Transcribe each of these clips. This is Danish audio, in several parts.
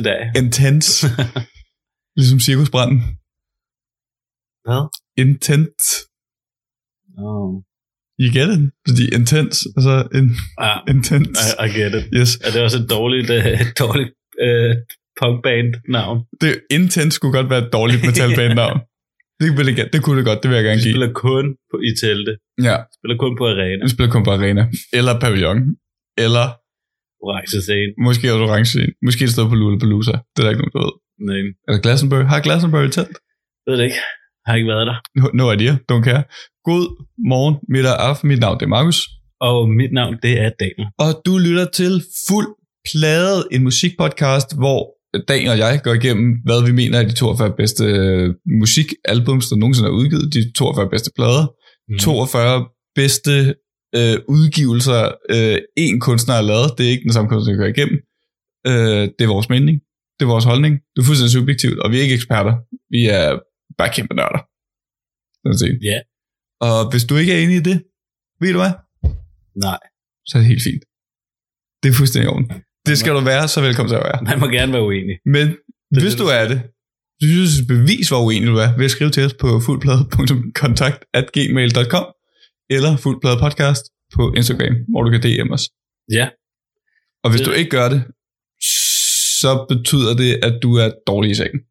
dag. Intens. Ligesom cirkusbranden. Hvad? Intens. Oh. You get it? Fordi intens, altså intens. I get it. Yes. Er det også et dårligt punkband-navn? Intens skulle godt være et dårligt metalband-navn. Det kunne det godt, det vil jeg gerne give. Vi spiller kun i telte. Ja. Spiller kun på arena. Vi spiller kun på arena. Eller pavillon. Eller orange scene. Måske også orange scene. Måske et sted på Lollapalooza. Det er der ikke nogen, der ved. Nej. Eller Glastonbury. Har Glastonbury telt? Ved det ikke. Har ikke været der. No idea. Don't care. God morgen, middag og aften. Mit navn det er Markus. Og mit navn det er Daniel. Og du lytter til Fuld Plade, en musikpodcast, hvor Daniel og jeg går igennem, hvad vi mener er de 42 bedste musikalbums, der nogensinde er udgivet. De 42 bedste plader. 42 bedste udgivelser, en kunstner har lavet. Det er ikke den samme kunstner, vi går igennem. Det er vores mening. Det er vores holdning. Det er fuldstændig subjektivt, og vi er ikke eksperter. Vi er bare kæmpe nørder. Ja. Og hvis du ikke er enig i det, ved du hvad? Nej. Så er det helt fint. Det er fuldstændig orden. Det skal du være, så velkommen til at være. Man må gerne være uenig. Men hvis du er det, så synes jeg, bevis hvor uenig du er, ved at skrive til os på fuldplade.kontakt@gmail.com eller fuldpladepodcast på Instagram, hvor du kan DM os. Ja. Og hvis du ikke gør det, så betyder det, at du er dårlig i sengen.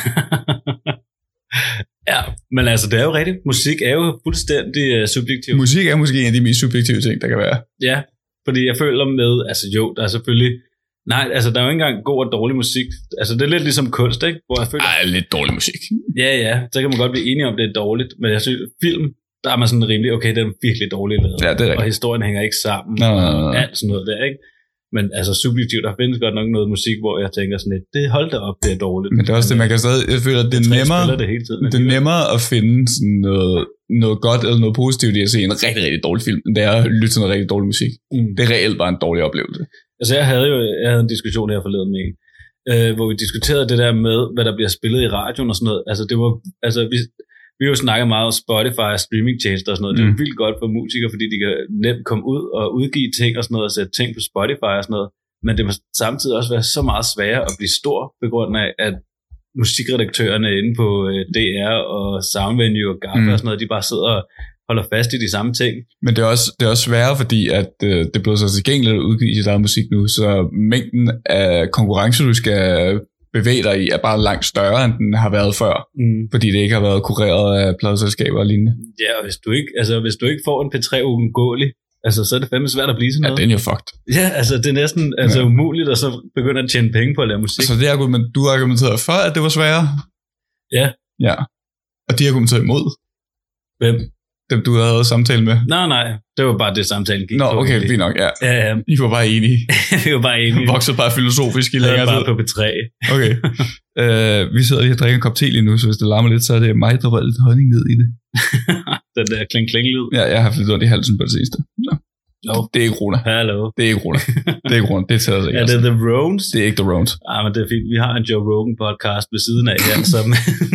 Ja, men altså det er jo rigtigt. Musik er jo fuldstændig subjektiv. Musik er måske en af de mest subjektive ting, der kan være. Ja, fordi jeg føler med, altså jo, der er selvfølgelig, nej, altså der er jo ikke engang god og dårlig musik. Altså det er lidt ligesom kunst, ikke? Hvor jeg føler, lidt dårlig musik. Ja, så kan man godt blive enige om, det er dårligt. Men jeg synes, film, der er man sådan rimelig, okay, det er virkelig dårligt lavet. Ja, det er rigtigt. Og historien hænger ikke sammen. Nej. Og alt sådan noget der, ikke? Men altså subjektivt, der findes godt nok noget musik, hvor jeg tænker sådan lidt, det hold da op, det er dårligt. Men det er også det, man kan stadig, jeg føler, at det er nemmere at finde sådan noget godt eller noget positivt i at se en rigtig, rigtig dårlig film, end det er at lytte til noget rigtig dårlig musik. Det er reelt bare en dårlig oplevelse. Altså jeg havde en diskussion her forleden med en, hvor vi diskuterede det der med, hvad der bliver spillet i radioen og sådan noget. Altså det var, altså vi har jo snakket meget om Spotify og streamingtjenester og sådan noget. Det er jo vildt godt for musikere, fordi de kan nemt komme ud og udgive ting og sådan noget, og sætte ting på Spotify og sådan noget. Men det må samtidig også være så meget sværere at blive stor, på grund af, at musikredaktørerne inde på DR og Soundvenue og GAFFA og sådan noget, de bare sidder og holder fast i de samme ting. Men det er også sværere, fordi at det bliver så tilgængeligt at udgive sit eget musik nu, så mængden af konkurrence, du skal bevæge dig i, er bare langt større, end den har været før, fordi det ikke har været kureret af pladeselskaber og lignende. Ja, og hvis du ikke får en P3 uundgåelig, altså så er det fandme svært at blive sådan noget. Ja, den er jo fucked. Ja, altså det er næsten umuligt at så begynde at tjene penge på at lave musik. Så det argument, du argumenterede for, at det var sværere? Ja. Og de argumenterede imod? Hvem? Dem du havde samtale med? Nej, det var bare det samtalen gik på. Nå, okay, fint nok, ja. I var bare enige. Vi var bare enige. Voksede bare filosofisk i længere tid. Bare på P3. Okay. Vi sidder lige og drikker en kop te lige nu, så hvis det larmer lidt, så er det mig, der rører lidt honning ned i det. Den der kling-kling-lyd. Ja, jeg har haft lidt ondt i halsen på det seneste. No. Det er ikke Rona. Hallo. Det er ikke Rona. Det tæller sig ikke. Er det The Rones? Det er ikke The Rones. Men det er fint. Vi har en Joe Rogan podcast ved siden af her, som...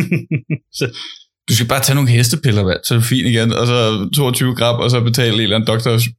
Du skal bare tage nogle hestepiller, så er det fint igen, og så 22 gram, og så betale en eller anden doktor $100,000.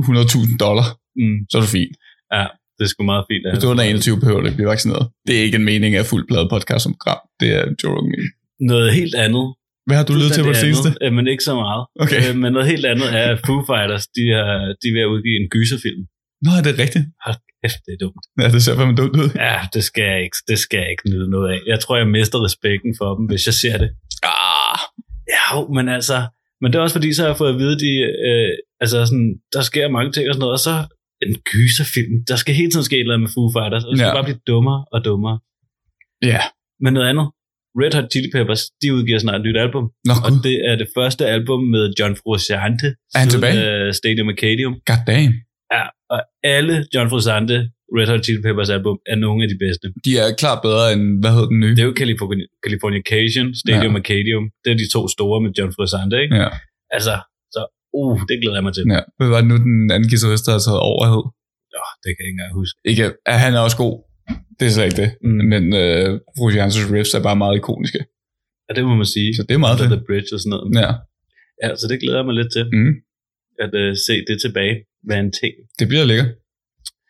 Så er det fint. Ja, det er sgu meget fint. Hvis du er 21, behøver du ikke blive vaccineret. Det er ikke en mening af Fuld Plade podcast som gram. Det er Joe Rogan mening. Noget helt andet. Hvad har du lyttet til på det seneste? Men ikke så meget. Okay. Men noget helt andet er Foo Fighters. De er ved at udgive en gyserfilm. Nå, er det rigtigt? Hold kæft, det er dumt. Ja, det ser fandme dumt ud. Ja, det skal jeg ikke nyde noget af. Jeg tror, jeg mister respekten for dem, hvis jeg ser det. Ja, men altså... Men det er også fordi, så har jeg fået at vide, altså sådan, der sker mange ting og sådan noget, og så en gyserfilm. Der skal hele tiden ske et eller andet med Foo Fighters, og det skal bare blive dummere og dummere. Ja. Men noget andet. Red Hot Chili Peppers, de udgiver snart et nyt album. Og det er det første album med John Frusciante. Er han tilbage? Stadium Arcadium. God damn. Ja, og alle John Frusciante Red Hot Chili Peppers album er nogle af de bedste. De er klart bedre end, hvad hedder den nye? Det er jo Californication, Stadium Arcadium. Det er de to store med John Frusciante, ikke? Ja. Altså, så det glæder jeg mig til. Ja. Hvad var det nu, den anden guitarist, der har taget overhed? Ja, det kan jeg ikke engang huske. Ikke, han er også god. Det er slet ikke det. Men Frusciantes riffs er bare meget ikoniske. Ja, det må man sige. Så det er meget fedt. The Bridge og sådan noget. Ja, så det glæder jeg mig lidt til. At se det tilbage. Hvad en ting. Det bliver lækkert.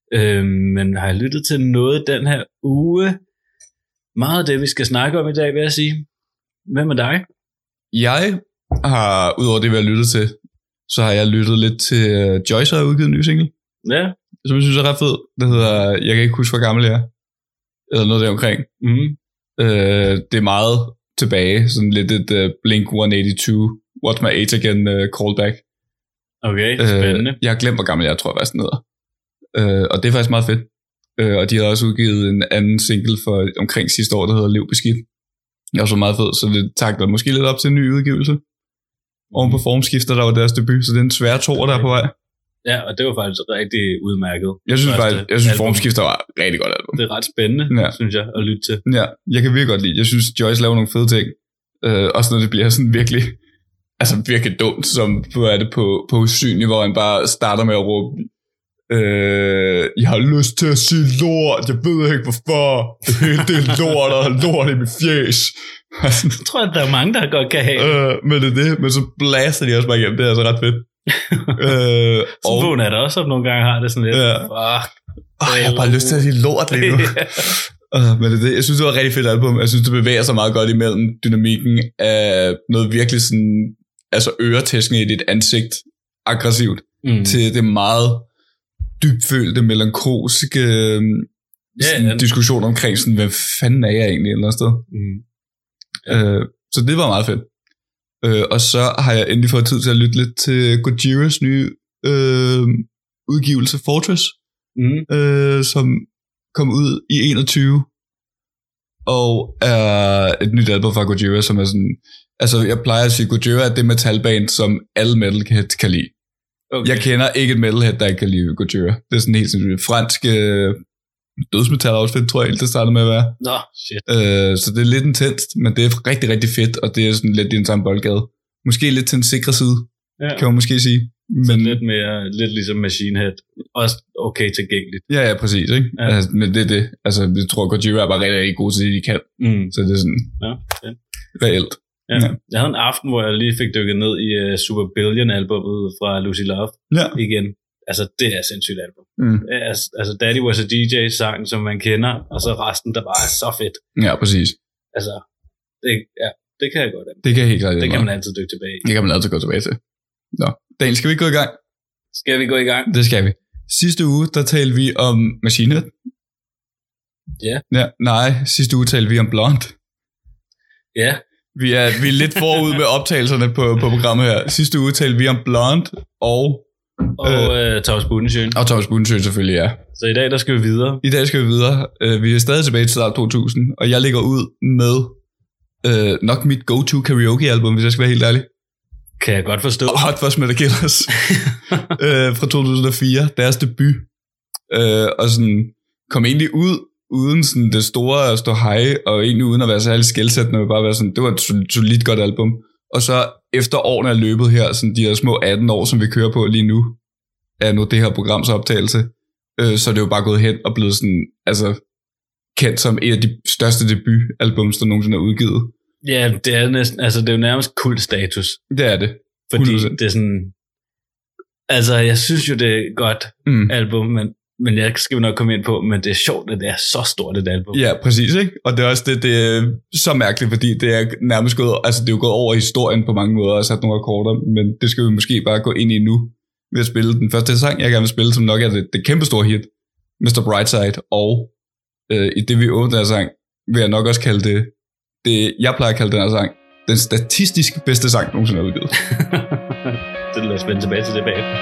Men har jeg lyttet til noget den her uge? Meget af det, vi skal snakke om i dag, vil jeg sige. Hvad med dig? Jeg har, udover det, vi har lyttet til, så har jeg lyttet lidt til Joyce har udgivet en ny single. Ja. Som jeg synes er ret fed. Det hedder, jeg kan ikke huske, hvor gammel jeg er. Eller noget der omkring. Mm. Det er meget tilbage. Sådan lidt et Blink 182, What's My Age Again callback. Okay, spændende. Jeg har glemt, hvor gammel jeg tror, hvad sådan hedder. Og det er faktisk meget fedt. Og de har også udgivet en anden single for omkring sidste år, der hedder Lev Beskidt. Det er også meget fed, så det takler måske lidt op til en ny udgivelse. Oven på Formskifter, der var deres debut, så det er en svær toer, der er på vej. Ja, og det var faktisk rigtig udmærket. Jeg synes Formskifter var rigtig godt album. Det er ret spændende, synes jeg, at lytte til. Ja, jeg kan virkelig godt lide. Jeg synes, Joyce laver nogle fede ting. Også når det bliver sådan virkelig, altså virkelig dumt, som er det på usynlig, hvor han bare starter med at råbe, jeg har lyst til at sige lort, jeg ved ikke hvorfor, det er lort, og lort i mit fjes. Jeg tror, at der er mange, der godt kan have men det er det, men så blaster de også bare hjem, det er altså ret fedt. Så vågner jeg da også op nogle gange, har det sådan lidt, jeg har bare lyst til at sige lort lige nu. Men det, jeg synes, det var et rigtig fedt album. Jeg synes, det bevæger sig meget godt imellem dynamikken af noget virkelig sådan, altså øretæskende i dit ansigt, aggressivt, til det meget dybfølte, melankolske diskussion omkring sådan, hvad fanden er jeg egentlig et eller andet sted. Så det var meget fedt. Og så har jeg endelig fået tid til at lytte lidt til Gojiras nye udgivelse Fortress, som kom ud i 21 og er et nyt album fra Gojira, som er sådan, altså jeg plejer at sige, Gojira er det metalband, som alle metalheads kan lide. Okay. Jeg kender ikke et metalhead, der ikke kan lide Gojira. Det er sådan helt sådan fransk dødsmetal-outfit, tror jeg, det startede med at være. Nå, shit. Så det er lidt intenst, men det er rigtig, rigtig fedt, og det er sådan lidt i en samme boldgade. Måske lidt til en sikre side, kan man måske sige. Men lidt ligesom Machine Head. Også okay tilgængeligt. Ja, præcis, ikke? Ja. Altså, men det er det. Altså, jeg tror, Gojira er bare rigtig, rigtig god til det, de kan. Så det er sådan reelt. Ja. Jeg havde en aften, hvor jeg lige fik dykket ned i Super Billion-albummet fra Lucy Love igen. Altså, det er sindssygt album. Altså, Daddy Was a DJ-sang, som man kender, og så resten, der bare er så fedt. Ja, præcis. Altså, det kan jeg godt af. Det kan jeg helt klart. Det kan man altid dykke tilbage i. Det kan man altid gå tilbage til. Nå, Daniel, skal vi gå i gang? Skal vi gå i gang? Det skal vi. Sidste uge, der talte vi om Machine Head. Nej, sidste uge talte vi om Blonde. Ja. Vi er lidt forud med optagelserne på programmet her. Sidste uge talte vi om Blonde og Thomas Budensjøen. Og Thomas Budensjøen selvfølgelig, ja. Så i dag, der skal vi videre. Vi er stadig tilbage til start 2000, og jeg ligger ud med nok mit go-to karaoke-album, hvis jeg skal være helt ærlig. Kan jeg godt forstå. Hot Fuzz med The Killers fra 2004, deres debut. Og sådan kom egentlig ud uden sådan det store stå hej, og egentlig uden at være særlig skelsættende, men bare være sådan, det var et solidt godt album. Og så efter årene er løbet her, sådan de her små 18 år, som vi kører på lige nu, er nu det her programs optagelse, så er det jo bare gået hen og blevet sådan, altså kendt som et af de største debutalbums, der nogensinde er udgivet. Ja, det er næsten, altså det er jo nærmest kultstatus. Det er det. 100%. Fordi det er sådan, altså jeg synes jo, det er et godt album, men jeg skal jo nok komme ind på, men det er sjovt, at det er så stort et album. Ja, præcis, ikke? Og det er også det er så mærkeligt, fordi det er nærmest gået, altså det er jo gået over historien på mange måder og sat nogle rekorder, men det skal vi måske bare gå ind i nu ved at spille den første sang, jeg gerne vil spille, som nok er det kæmpe store hit, Mr. Brightside, og i det vi åbner den sang, vil jeg nok også kalde det jeg plejer at kalde den her sang, den statistisk bedste sang, nogensinde er udgivet. Det lader os vende tilbage til det bagefter.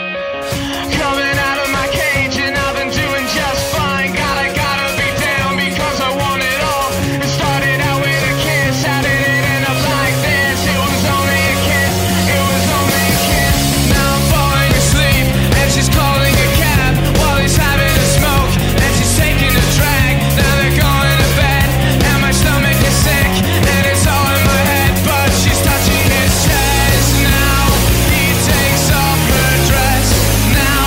Now he takes off her dress. Now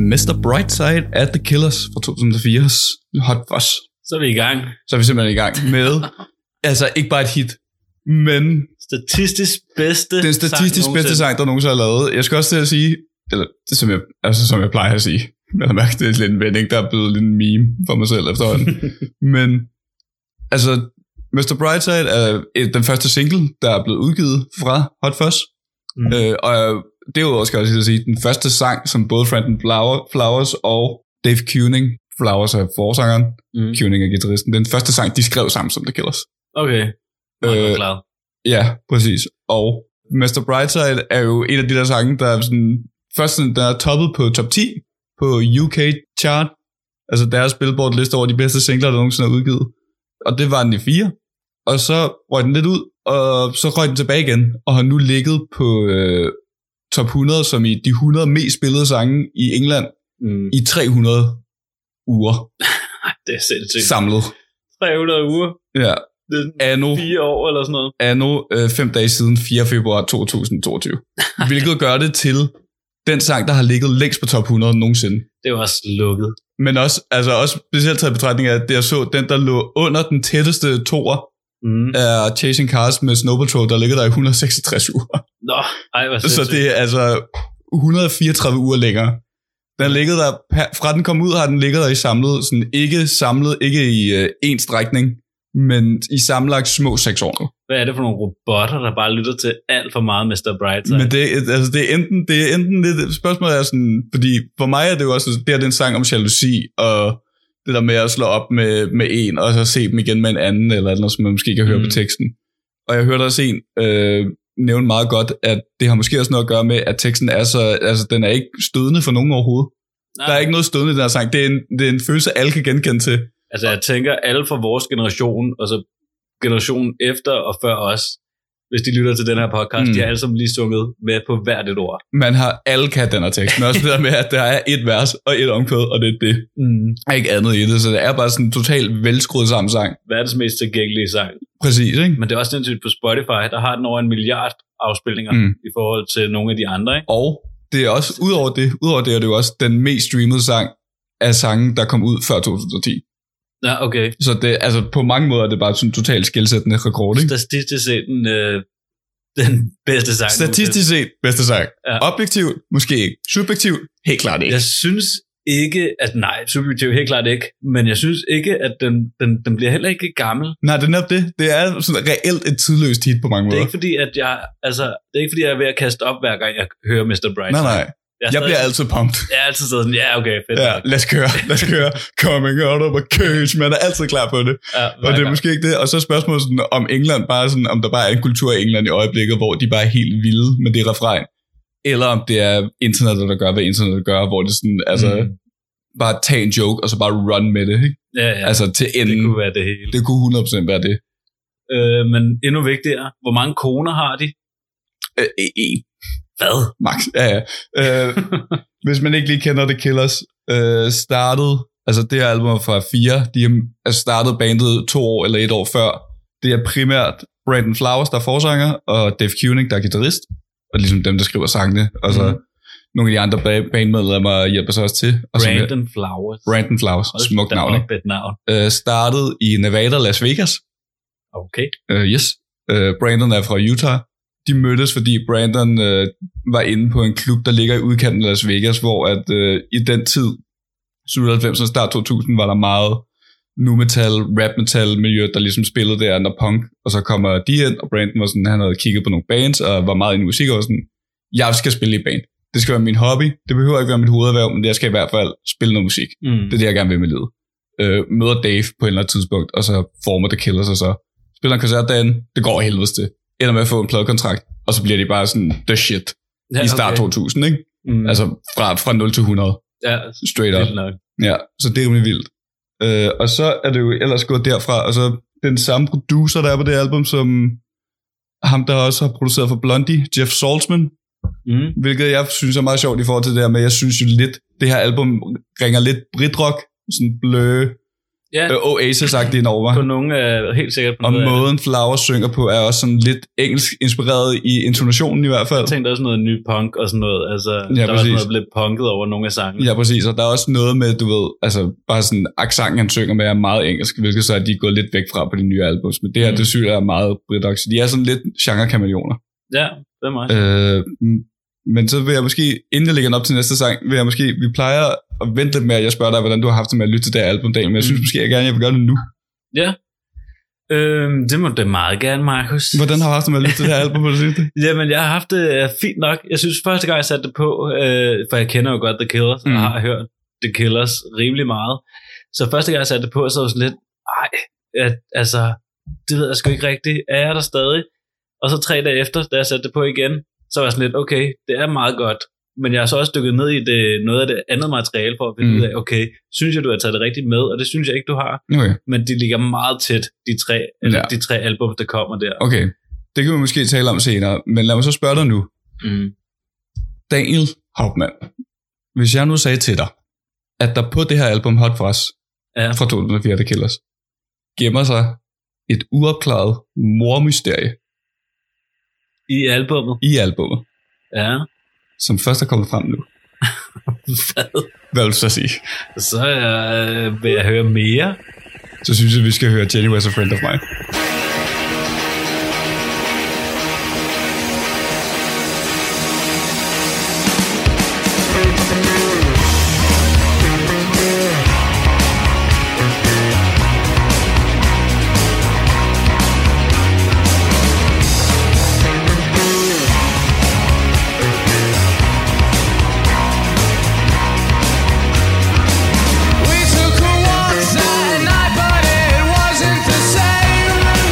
Mr. Brightside af The Killers fra 2004's Hot Fuzz. Så er vi i gang. Så er vi simpelthen i gang med, altså ikke bare et hit, men statistisk bedste den statistisk bedste sang, der nogensinde har lavet. Jeg skal også til at sige, eller som jeg plejer at sige, det er lidt en vending, der er blevet lidt en meme for mig selv efterhånden. Men altså, Mr. Brightside er den første single, der er blevet udgivet fra Hot Fuzz. Og derudover skal jeg også sige, den første sang, som både Brandon Flowers og Dave Keuning, Flowers er forsangeren, Keuning er guitaristen, den første sang, de skrev sammen som The Killers. Okay, klar. Ja, præcis. Og Mr. Brightside er jo en af de der sange, der er sådan, først der er toppet på top 10 på UK chart, altså deres Billboard liste over de bedste singler, der nogensinde er udgivet. Og det var den i 4. Og så røg den lidt ud, og så røg den tilbage igen, og har nu ligget på top 100, som i de 100 mest spillede sange i England i 300 uger. Det er sindssygt. Samlet. 300 uger? Ja. Anno 4 år eller sådan noget. Anno 5 dage siden 4. februar 2022. Hvilket gør det til den sang, der har ligget længst på top 100 nogensinde. Det var også lukket. Men også specielt taget i betragtning af, at det jeg så, den der lå under den tætteste toer, er Chasing Cars med Snow Patrol, der ligger der i 166 uger. Nå, ej, hvor sindssygt. Så det er altså 134 uger længere. Den ligger der, fra den kom ud, har den ligget der i samlet, ikke i én strækning, men i sammenlagt små 6 år nu. Hvad er det for nogle robotter, der bare lytter til alt for meget Mr. Brightside? Men det er enten lidt, spørgsmålet er sådan, fordi for mig er det jo også, det er den sang om jalousi, og det der med at slå op med en, og så se dem igen med en anden, eller noget, som man måske kan høre på teksten. Og jeg hørte også en nævne meget godt, at det har måske også noget at gøre med, at teksten er så, altså den er ikke stødende for nogen overhovedet. Nej. Der er ikke noget stødende i den her sang. Det er en følelse, alle kan genkende til. Altså jeg tænker, alle fra vores generation, og så generationen efter og før os, hvis de lytter til den her podcast, de har alle sammen lige sunget med på hvert et ord. Man har alle kan den her tekst, men også det der med, at der er et vers og et omkvæd, og det er det. Er ikke andet i det, så det er bare sådan en totalt velskruet sammen sang. Verdens mest tilgængelige sang. Præcis, ikke? Men det er også sindssygt på Spotify, der har den over 1 milliard afspilninger i forhold til nogle af de andre, ikke? Og det er også, udover det er det jo også den mest streamede sang af sangen, der kom ud før 2010. Ja, okay. Så det, altså på mange måder er det bare sådan en totalt skelsættende rekord, ikke? Statistisk set den bedste sang. Statistisk set bedste sang. Ja. Objektivt, måske ikke. Subjektivt, helt klart ikke. Jeg synes ikke, at subjektivt helt klart ikke, men jeg synes ikke, at den bliver heller ikke gammel. Nej, det er netop det. Det er sådan reelt et tidløst hit på mange måder. Det er ikke fordi, at jeg er ved at kaste op, hver gang jeg hører Mr. Brightside. Nej. Jeg bliver altid pumped. Jeg er altid sådan, ja, okay, fedt. Ja, lad os køre. Coming out of a cage. Man er altid klar på det. Ja, og det er måske ikke det. Og så er spørgsmålet sådan, om England bare sådan, om der bare er en kultur i England i øjeblikket, hvor de bare er helt vilde med det refræn. Eller om det er internettet, der gør, hvad internettet gør, hvor det sådan, altså, bare tage en joke, og så bare run med det, ikke? Ja. Altså til enden. Det kunne være det hele. Det kunne 100% være det. Men endnu vigtigere, hvor mange koner har de? En. Hvad? Max. Ja. Hvis man ikke lige kender The Killers, startede, altså det her album fra 4, de har startet bandet 2 år eller 1 år før. Det er primært Brandon Flowers, der er forsanger, og Dave Keuning, der er guitarist, og ligesom dem, der skriver sangene, og så nogle af de andre bandmedlemmer hjælper sig også til. Og Brandon Flowers, smukt navn, ikke? Startede i Nevada, Las Vegas. Okay. Yes. Brandon er fra Utah. De mødtes, fordi Brandon var inde på en klub, der ligger i udkanten af Las Vegas, hvor at i den tid, slut 90'erne, start 2000, var der meget nu metal, rap metal miljø, der ligesom spillede der under punk, og så kommer de ind, og Brandon var sådan, han havde kigget på nogle bands, og var meget inde i musik, og sådan, jeg skal spille i band. Det skal være min hobby, det behøver ikke være mit hovederhverv, men jeg skal i hvert fald spille noget musik. Det er det, jeg gerne vil med livet. Møder Dave på et eller andet tidspunkt, og så former The Killers, og så spiller en koncert derinde, det går helvedes til. Ender med at få en pladekontrakt, og så bliver de bare sådan the shit i start 2000, ikke? Altså fra 0 til 100. Ja, straight up. Ja, så det er rimelig vildt. Og så er det jo ellers gået derfra, og så den samme producer, der er på det album, som ham, der også har produceret for Blondie, Jeff Saltzman, hvilket jeg synes er meget sjovt i forhold til det her, men jeg synes jo lidt, det her album ringer lidt britrock, sådan blø, Oasis-agtige over. På nogle helt sikkert. På og måden Flower synger på er også sådan lidt engelsk inspireret i intonationen i hvert fald. Jeg tænkte også noget ny punk og sådan noget. Altså, ja, der var også noget lidt punket over nogle af sangene. Ja, præcis. Og der er også noget med, du ved, altså bare sådan accenten, han synger med, er meget engelsk, hvilket så er de gået lidt væk fra på de nye albums. Men det her, det synes jeg er meget britoks. De er sådan lidt genre-kameleoner. Ja, det er meget. Men så vil jeg måske, inden jeg lægger den op til næste sang, vi plejer at vente lidt med, at jeg spørger dig, hvordan du har haft det med at lytte til det album, men jeg synes måske, jeg vil gøre det nu. Ja, det må du meget gerne, Markus. Hvordan har du haft det med at lytte til det her album på det sidste? Jamen, jeg har haft det fint nok. Jeg synes, første gang jeg satte det på, for jeg kender jo godt The Killers, og har hørt The Killers rimelig meget. Så første gang jeg satte det på, så var jeg sådan lidt, altså, det ved jeg sgu ikke rigtigt. Er jeg der stadig? Og så 3 dage efter, da jeg satte det på igen, så var jeg sådan lidt, okay, det er meget godt. Men jeg har så også dykket ned i noget af det andet materiale for at finde ud af, okay, synes jeg, du har taget det rigtigt med? Og det synes jeg ikke, du har. Okay. Men de ligger meget tæt, de tre album, der kommer der. Okay, det kan vi måske tale om senere. Men lad mig så spørge dig nu. Daniel Hauptmann, hvis jeg nu sagde til dig, at der på det her album Hot Fuzz fra 2004, The Killers, gemmer sig et uopklaret mormysterie. I albummet? I albummet. Ja. Som først er kommet frem nu. Hvad vil du så sige? Så vil jeg høre mere. Så synes jeg, vi skal høre Jenny Was a Friend of Mine. We took a walk that night, but it wasn't the same.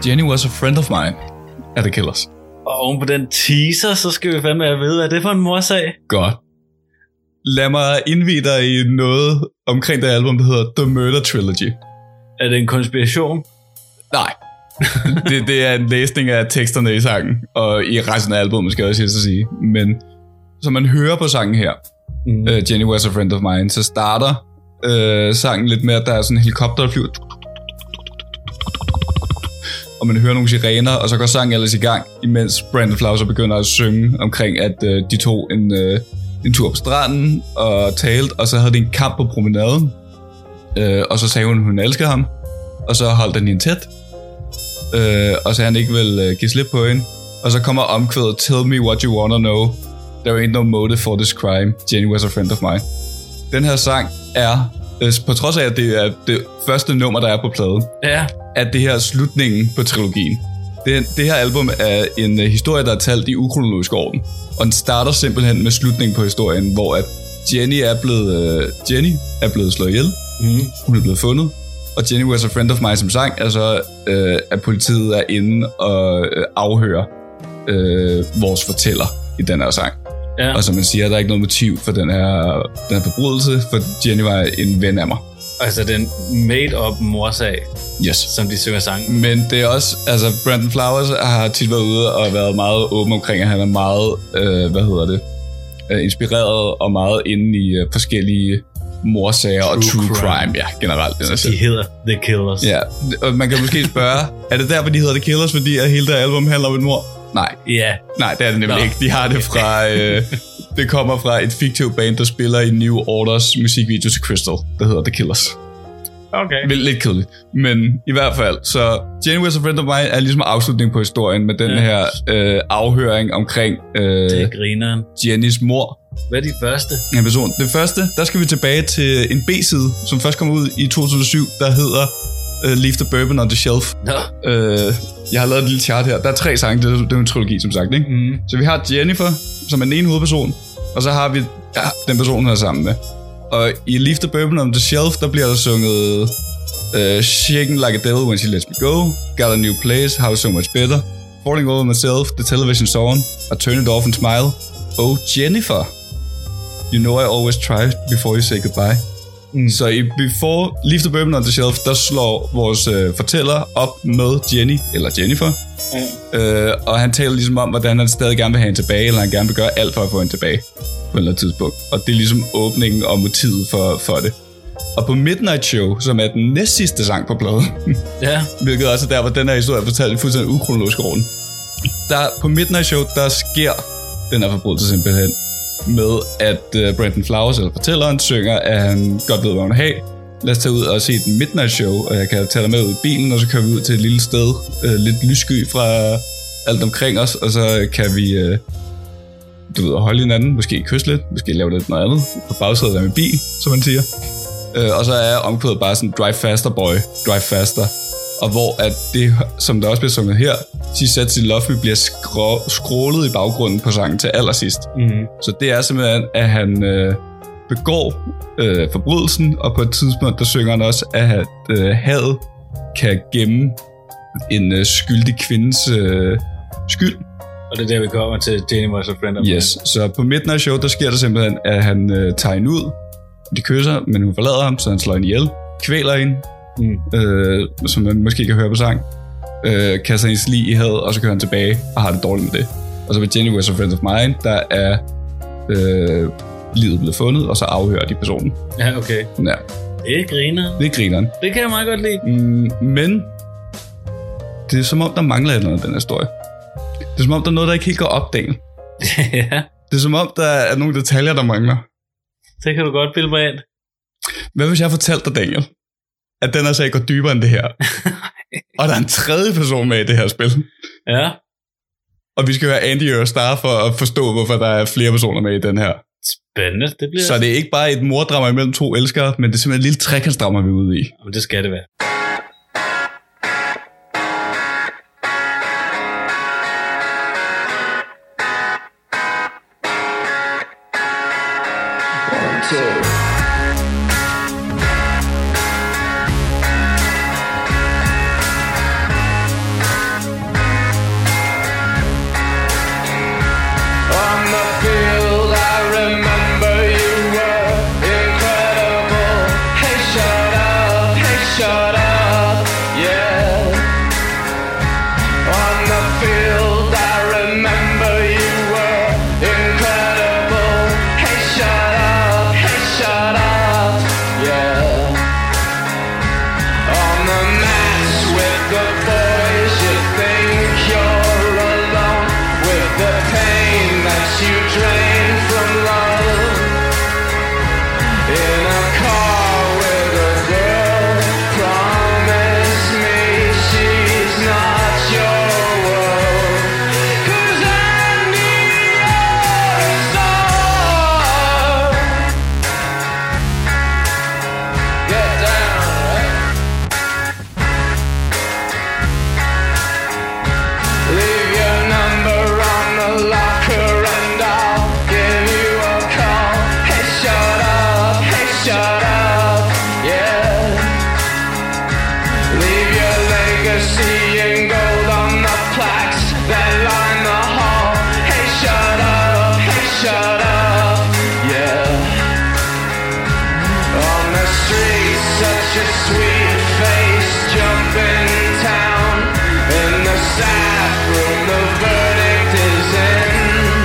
Jenny Was a Friend of Mine af The Killers. Og oven på den teaser, så skal vi fandme have at vide, hvad det er for en morsag. Godt. Lad mig indvide dig i noget omkring det album, der hedder The Murder Trilogy. Er det en konspiration? Nej. det er en læsning af teksterne i sangen, og i resten af albumet, skal jeg også sige. Men som man hører på sangen her, Jenny Was a Friend of Mine, så starter sangen lidt med, at der er sådan en helikopter, der flyver, og man hører nogle sirener, og så går sangen ellers i gang, imens Brandon Flowers begynder at synge omkring, at de tog en tur på stranden og talte, og så havde de en kamp på promenaden, og så sagde hun elskede ham, og så holdt han hende tæt, og så han ikke vil give slip på hende, og så kommer omkvædet, tell me what you wanna know, there ain't no motive for this crime, Jenny Was a Friend of Mine. Den her sang er, på trods af at det er det første nummer, der er på pladen, at det her er slutningen på trilogien. Det her album er en historie, der er talt i ukronologisk orden, og den starter simpelthen med slutningen på historien, hvor at Jenny er blevet slået ihjel, hun er blevet fundet, og Jenny Was a Friend of Mine som sang, altså at politiet er inde og afhører vores fortæller i den her sang. Ja. Og som man siger, der er ikke noget motiv for den her forbrydelse, for Jenny var en ven af mig. Altså den made-up morsag, yes, som de synger sangen. Men det er også, altså Brandon Flowers har tit været ude og været meget åben omkring, at han er meget, inspireret og meget inde i forskellige morsager og true crime, ja, generelt. Så de hedder The Killers. Ja, og man kan måske spørge, er det derfor, de hedder The Killers, fordi at hele det album handler om et mord? Nej. Ja. Nej, det er det nemlig ikke. De har det fra... det kommer fra et fiktivt band, der spiller i New Orders musikvideo til Crystal, der hedder The Killers. Okay. Lidt kedeligt. Men i hvert fald, så Jenny Was a Friend of Mine er ligesom afslutning på historien med den her afhøring omkring det grineren. Jennys mor. Hvad er de første? En person. Det første, der skal vi tilbage til en B-side, som først kom ud i 2007, der hedder Leave the Bourbon on the Shelf. Jeg har lavet et lille chart her. Der er 3 sange, det er en trilogi, som sagt, ikke? Så vi har Jennifer, som er den ene hovedperson, og så har vi den person, her sammen med. Og i Leave the Bourbon on the Shelf, der bliver der sunget Shaking Like a Devil When She Lets Me Go, Got a New Place, How So Much Better, Falling Over Myself, The Television Song, I Turn It Off and Smile, Oh Jennifer, You Know I Always Try Before You Say Goodbye. Så i Before Leave the Bourbon on the Shelf, der slår vores fortæller op med Jenny, eller Jennifer, og han taler ligesom om, hvordan han stadig gerne vil have hende tilbage, eller han gerne vil gøre alt for at få hende tilbage på et eller andet tidspunkt. Og det er ligesom åbningen og motivet for det. Og på Midnight Show, som er den næstsidste sang på pladen, hvilket også er der, hvor den her historie er fortalt i fuldstændig ukronologisk orden, der på Midnight Show, der sker den her forbrydelse simpelthen med, at Brandon Flowers, eller fortælleren, synger, at han godt ved, hvad hun vil have. Lad os tage ud og se et Midnight Show, og jeg kan tage dig med ud i bilen, og så kører vi ud til et lille sted, lidt lyssky fra alt omkring os, og så kan vi holde hinanden, måske kysse lidt, måske lave lidt noget andet, på bagsædet af min bil, som man siger. Og så er omkvædet bare sådan, drive faster boy, drive faster. Og hvor at det, som der også bliver sunget her, She Sets in Love Me, bliver scrollet i baggrunden på sangen til allersidst. Så det er simpelthen, at han begår forbrydelsen, og på et tidspunkt, der synger han også, at hadet kan gemme en skyldig kvindes skyld. Og det er der, vi kommer til Jenny Was a Friend of Mine. Yes, så på Midnight Show, der sker der simpelthen, at han tager hende ud, de kysser, men hun forlader ham, så han slår hende ihjel, kvæler hende, som man måske kan høre på sang, kaster hendes lig i havet, og så kører han tilbage og har det dårligt med det. Og så ved Jenny Was a Friend of Mine, der er livet blevet fundet, og så afhører de personen. Ja, okay. Ja. Det er grineren. Det er grineren. Det kan jeg meget godt lide. Men det er som om, der mangler et eller andet, den historie. Det er som om, der er noget, der ikke helt går op, Daniel. Ja. Det er som om, der er nogle detaljer, der mangler. Det kan du godt bilde mig ind. Hvad hvis jeg fortalte dig, Daniel, at den her sag går dybere end det her? Og der er en tredje person med i det her spil. Ja. Og vi skal høre Andy Ørstar for at forstå, hvorfor der er flere personer med i den her. Spændende. Det bliver... Så det er ikke bare et morddrama imellem 2 elskere, men det er simpelthen et lille trekantsdrama, vi er ude i. Men det skal det være. shut up, yeah. Leave your legacy in gold on the plaques that line the hall. Hey, shut up, yeah. On the street, such a sweet face, jumping town. In the staff room, the verdict is in.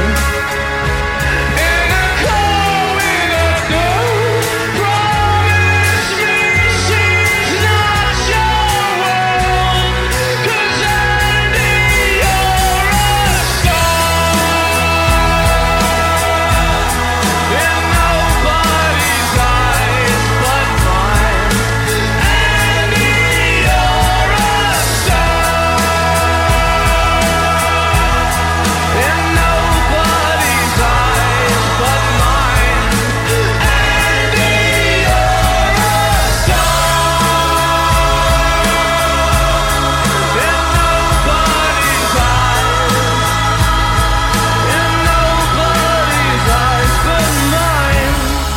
In a car with a girl, promise me she's not your world. 'Cause Andy, you're a star. In nobody's eyes but mine. Andy, you're a in nobody's eyes but mine. Andy, you're a star. In nobody's eyes but mine.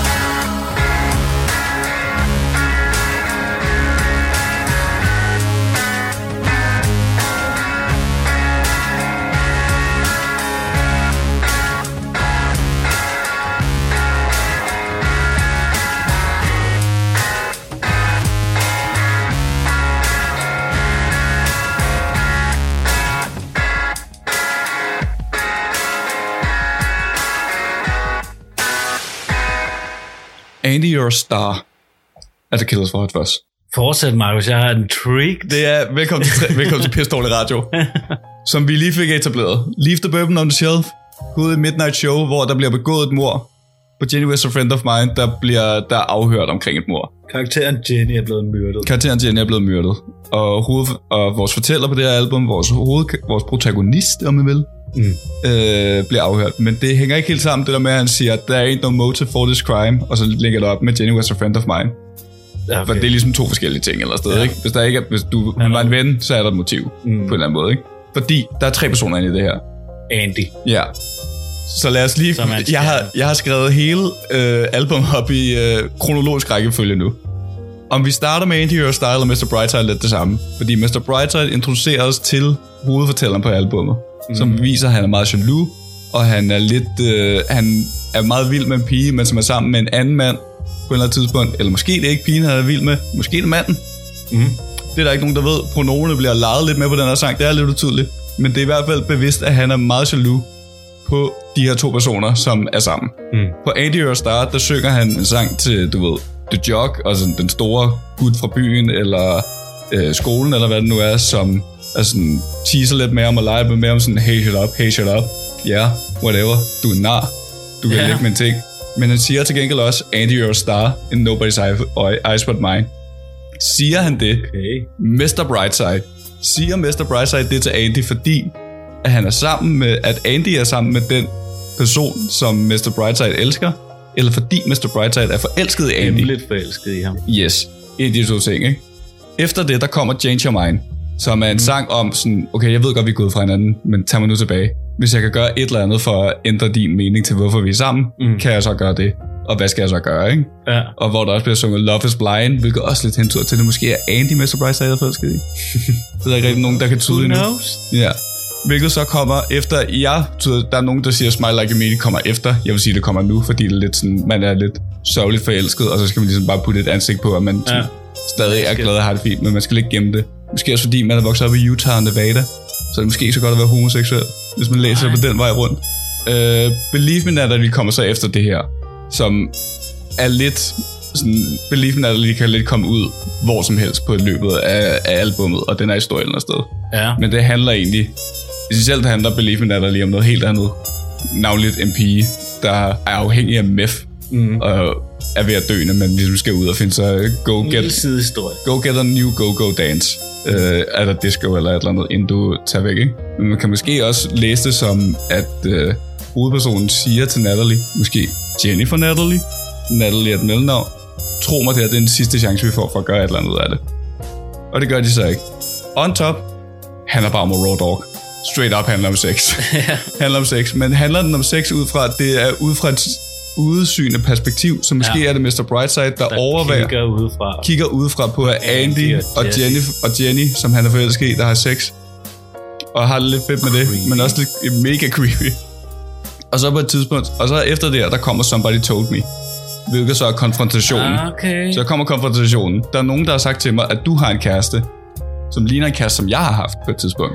Andy, you're a star. Er The Killers for Hot Fuzz. Fortsæt, Markus. Jeg har en trick. Det er velkommen til Pisse Dårlig Radio, som vi lige fik etableret. Leave the Bourbon on the Shelf. Ude i Midnight Show, hvor der bliver begået et mord på Jenny West, a friend of mine, der er afhørt omkring et mord. Karakteren Jenny er blevet myrdet. Og vores fortæller på det her album, vores protagonist, om man vil, bliver afhørt. Men det hænger ikke helt sammen, det der med, at han siger, there ain't no motive for this crime, og så lægger det op med Jenny West, a friend of mine. Okay. For det er ligesom to forskellige ting eller sted, ikke? Hvis du var en ven, så er der et motiv på en eller anden måde, ikke? Fordi der er 3 personer inde i det her. Andy. Ja. Så lad os lige... Jeg har skrevet hele album op i kronologisk rækkefølge nu. Om vi starter med Andy, You're a Star eller Mr. Brightside, lidt det samme. Fordi Mr. Brightside introducerer os til hovedfortælleren på albumet, som viser, at han er meget jaloux, og han er lidt... han er meget vild med en pige, men som er sammen med en anden mand på et eller andet tidspunkt. Eller måske det er ikke pigen, han er vild med. Måske det er manden. Det er der ikke nogen, der ved. Pronomene bliver leget lidt med på den her sang. Det er lidt utydeligt. Men det er i hvert fald bevidst, at han er meget jaloux på de her 2 personer, som er sammen. På Andy, You're a Star, der synger han en sang til, du ved, The Jock, altså den store gut fra byen, eller skolen, eller hvad det nu er, som er sådan, teaser lidt mere om at lege med om sådan, hey shut up, yeah, whatever, du er nar, du kan lægge med en ting. Men han siger til gengæld også, Andy, you're a star in nobody's eyes but mine. Siger han det? Okay. Mr. Brightside. Siger Mr. Brightside det til Andy, fordi at han er sammen med, at Andy er sammen med den person, som Mr. Brightside elsker, eller fordi Mr. Brightside er forelsket i Andy. Lidt forelsket i ham. Yes. En af de 2 ting, ikke? Efter det, der kommer Change Your Mind, som er en sang om sådan, okay, jeg ved godt, vi er gået fra hinanden, men tag mig nu tilbage. Hvis jeg kan gøre et eller andet for at ændre din mening til, hvorfor vi er sammen, kan jeg så gøre det. Og hvad skal jeg så gøre, ikke? Ja. Og hvor der også bliver sunget Love is Blind, hvilket også lidt hentur til, det måske er Andy Mr. Brightside, der er forelsket i. Så der er ikke rigtig nogen, der kan tyde endnu. Ja. Hvilket så kommer efter, der er nogen, der siger, Smile Like a Meanie kommer efter. Jeg vil sige, det kommer nu, fordi det er lidt sådan, man er lidt sørgeligt forelsket, og så skal man ligesom bare putte et ansigt på, at man stadig er glad og har det fint, men man skal ikke gemme det. Måske også fordi, man er vokset op i Utah og Nevada, så er det måske ikke så godt at være homoseksuel, hvis man læser på den vej rundt. Believe Me Natalie kommer så efter det her, som er lidt sådan, Believe Me Natalie kan lidt komme ud hvor som helst på løbet af albummet, og den er historien eller sted. Ja. Men det handler egentlig, essentielt handler Believe Me Natalie om noget helt andet, navnligt en pige, der er afhængig af meth, og er ved at dø, men ligesom skal ud og finde sig go get a new go dance. Er der disco eller et eller andet, inden du tager væk, ikke? Men man kan måske også læse det som, at hovedpersonen siger til Natalie, måske Jennifer Natalie er et mellemnavn, tro mig, det er den sidste chance, vi får for at gøre et eller andet ud af det. Og det gør de så ikke. On top, handler bare om Raw Dog. Straight up handler om sex. Handler om sex, men handler den om sex ud fra udesyn af perspektiv, så måske er det Mr. Brightside, der overvejer, kigger udefra på Andy og Jenny, som han er forelsket i, der har sex, og har det lidt fedt med det, men også lidt mega creepy. Og så på et tidspunkt, og så efter det her, der kommer Somebody Told Me, hvilket så er konfrontationen. Så kommer konfrontationen. Der er nogen, der har sagt til mig, at du har en kæreste, som ligner en kæreste, som jeg har haft på et tidspunkt.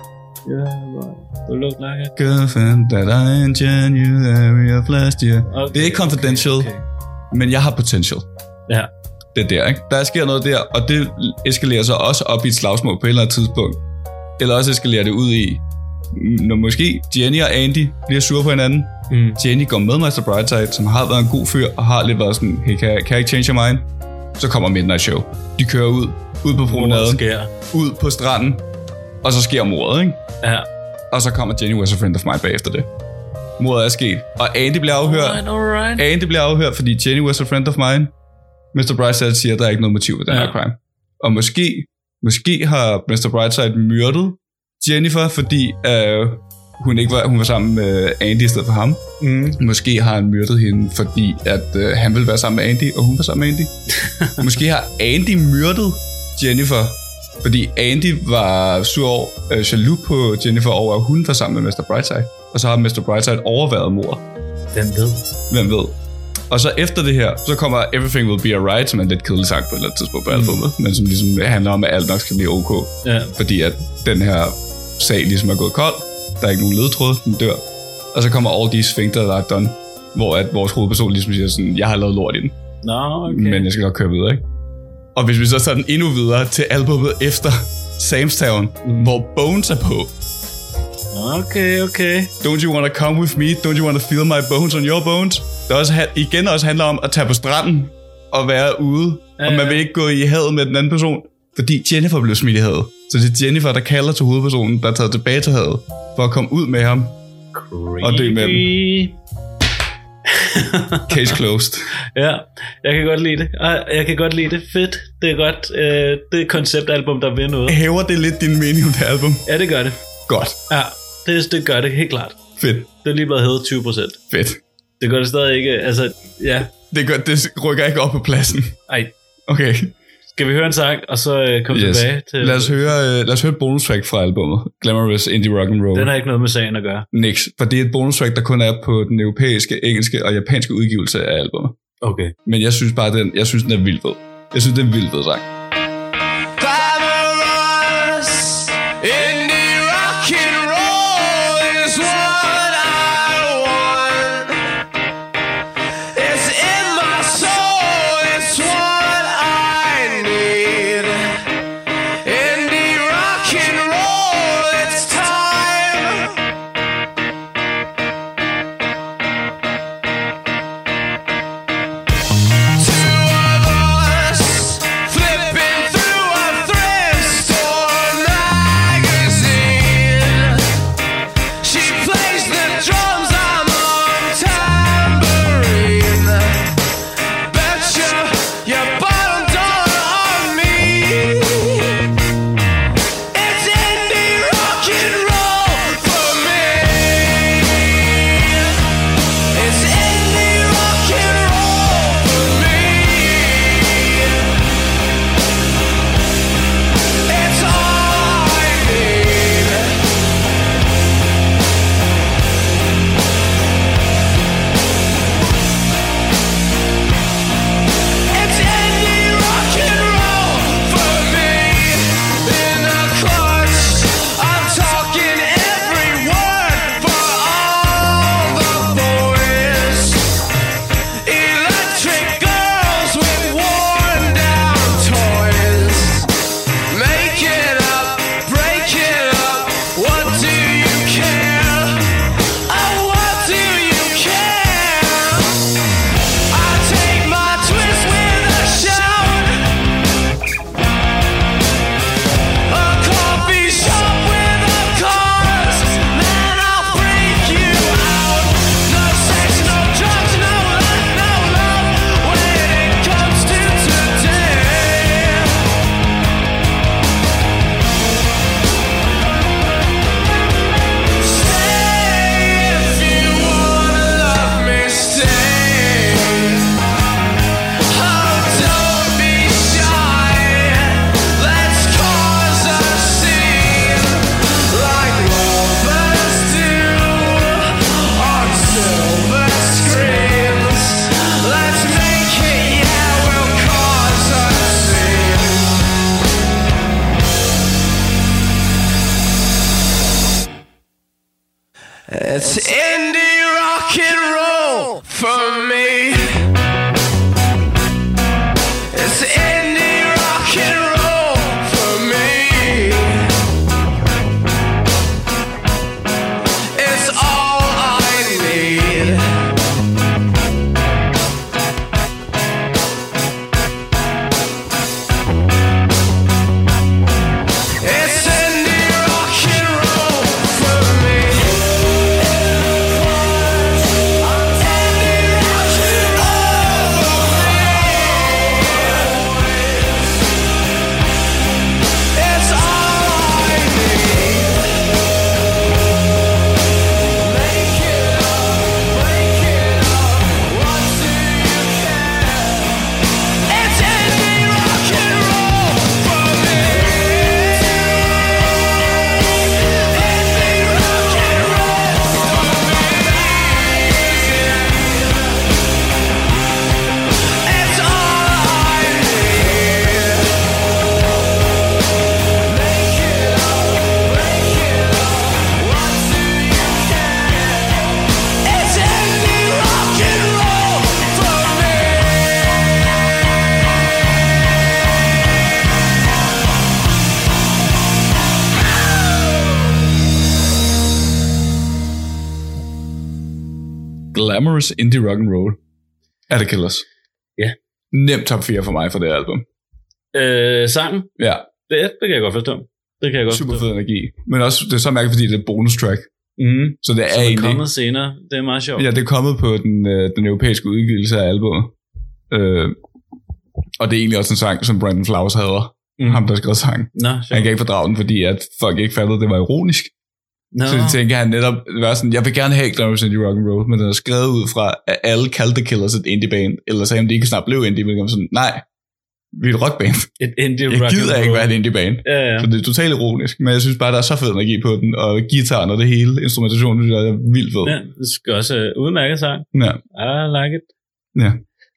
You look like a girlfriend that I in January of last year. Okay, det er ikke confidential, men jeg har potential. Ja. Det er der, ikke? Der sker noget der, og det eskalerer så også op i et slagsmål på et eller andet tidspunkt. Eller også eskalerer det ud i, når måske Jenny og Andy bliver sure på hinanden. Jenny går med Mr. Brightside, som har været en god fyr, og har lidt været sådan, hey, kan jeg ikke change your mind? Så kommer Midnight Show. De kører ud på promenaden, ud på stranden, og så sker mordet, ikke? Ja. Og så kommer Jenny was a friend of mine bagefter det. Mordet er sket. Og Andy bliver afhørt. Alright. Andy bliver afhørt, fordi Jenny was a friend of mine. Mr. Brightside siger, at der er ikke noget motiv ved den her crime. Og måske har Mr. Brightside myrdet Jennifer, fordi hun var sammen med Andy i stedet for ham. Måske har han myrdet hende, fordi at han ville være sammen med Andy, og hun var sammen med Andy. Måske har Andy myrdet Jennifer, fordi Andy var jaloux på Jennifer over, at hun var sammen med Mr. Brightside. Og så har Mr. Brightside overværet mord. Hvem ved? Og så efter det her, så kommer Everything Will Be Alright, som er en lidt kedelig sang på et eller andet tidspunkt på albumet, men som ligesom handler om, at alt nok skal blive ok. Ja. Fordi at den her sag ligesom er gået kold. Der er ikke nogen ledetråd, den dør. Og så kommer All These Things That I've Done, hvor at vores hovedperson ligesom siger sådan, jeg har lavet lort i den. Men jeg skal nok køre videre, ikke? Og hvis vi så tager den endnu videre til albumet efter Sam's Town, hvor Bones er på. Okay. Don't you wanna come with me? Don't you wanna feel my bones on your bones? Der også handler om at tage på stranden og være ude. Og man vil ikke gå i havet med den anden person, fordi Jennifer blev smidt i havet. Så det er Jennifer, der kalder til hovedpersonen, der er taget tilbage til havet, for at komme ud med ham. Creepy. Og dø med dem. Case closed. Ja, jeg kan godt lide det. Fedt. Det er godt. Det er et konceptalbum, der vil noget. Hæver det lidt din mening om det album? Ja, det gør det. Godt. Ja, det gør det helt klart. Fedt. Det er lige blevet hævet 20%. Fedt. Det gør det stadig ikke, altså, ja. Det rykker ikke op på pladsen. Ej. Okay. Skal vi høre en sang, og så komme tilbage til... Lad os høre et bonus track fra albumet. Glamorous Indie Rock and Roll. Den har ikke noget med sagen at gøre. Niks, for det er et bonus track, der kun er på den europæiske, engelske og japanske udgivelse af albumet. Okay. Men jeg synes bare, den er vildt fed. Jeg synes, det er en vildt fed sang. Flip It's indie rock and roll for me. It's indie rock and roll for me. It's all I need. It's indie rock and roll for me. It's all I need. Make it up, break it up. What do you care? It's indie rock and roll for me. Indie rock and roll for me. It's all I need. Make it up, break it up. What do you care? It's indie rock and roll for me. Glamorous indie rock and roll er The Killers. Ja. Nemt top 4 for mig for det album. Sangen, Ja, det kan jeg godt forstå. Det kan jeg godt super forstå. fed energi. Men også, det er så mærkeligt, fordi det er et bonus track. Mm. Så det er Som er egentlig... kommet senere. Det er meget sjovt. Ja, det er kommet på den europæiske udgivelse af albumet. Og det er egentlig også en sang, som Brandon Flowers hader. Ham, der skrev sang. Nå, Han sjovt. kan ikke fordrage den, fordi at folk ikke fattede, at det var ironisk. Nå. Så det tænker han netop, var sådan, jeg vil gerne have Glamorous Indie Rock and Roll, men den er skrevet ud fra, at alle kaldte The Killers et indie band, eller sagde, at de ikke snart blev indie, men de sådan, nej, vi er et rockband. Et indie Jeg rock gider and ikke roll. være et indie band. Ja, ja. Så det er totalt ironisk, men jeg synes bare, der er så fed energi på den, og guitaren og det hele, instrumentationen, synes jeg er vildt fed. Ja, det skal også udmærket sang. Ja. I like it. Ja.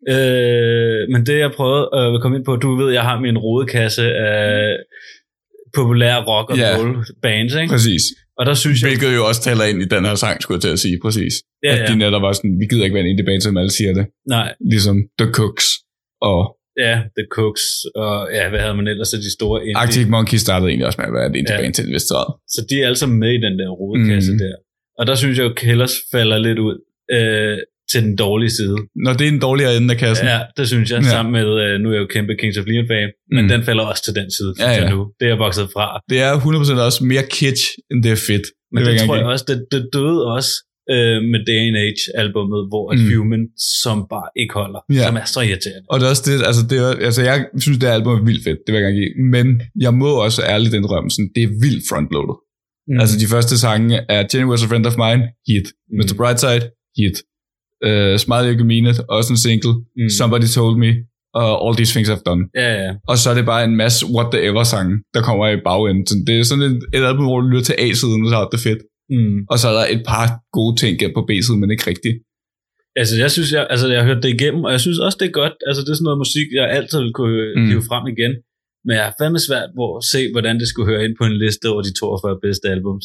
Men det jeg prøvede at komme ind på, du ved, jeg har min rodekasse af populære rock og Ja. roll bands, ikke? Præcis. Og der synes jeg... Hvilket jo også taler ind i den her sang, skulle jeg til at sige, præcis. Ja, At ja. de netop var sådan, vi gider ikke være en indie band, som alle siger det. Nej, Ligesom The Cooks og ja, The Cooks, og ja, hvad havde man ellers af de store indie? Arctic Monkeys startede egentlig også med at være et indie Ja. band til en vis grad. Så de er altså med i den der rodekasse der. Og der synes jeg jo, Killers falder lidt ud til den dårlige side. Når det er en dårligere ende af kassen. Ja, det synes jeg, Ja. sammen med, nu er jeg jo kæmpe Kings of Leon fan, men den falder også til den side, synes jeg nu. Det er jeg vokset fra. Det er 100% også mere kitsch, end det er fedt. Men det tror jeg også, det døde også med Day and Age albumet, hvor Human, som bare ikke holder, som er så irriterende. Og det er også det, altså jeg synes, det album er vildt fedt, det vil jeg gerne give. Men jeg må også ærligt indrømme, sådan, det er vildt frontloadet. Altså de første sange er Jenny Was a Friend of Mine, hit. Mr. Brightside, hit. Smile You Can Mean It, også en single. Somebody Told Me, og All These Things I've Done. Ja, ja. Og så er det bare en masse What The Ever sange, der kommer i bagenden. Så det er sådan et album, hvor du lytter til A-siden, og så har det fedt. Og så er der et par gode ting på B-siden, men ikke rigtigt. Altså jeg synes, jeg har hørt det igennem, og jeg synes også, det er godt. Altså det er sådan noget musik, jeg altid vil kunne hive frem igen. Men jeg er fandme svært hvor at se, hvordan det skulle høre ind på en liste over de 42 bedste albums.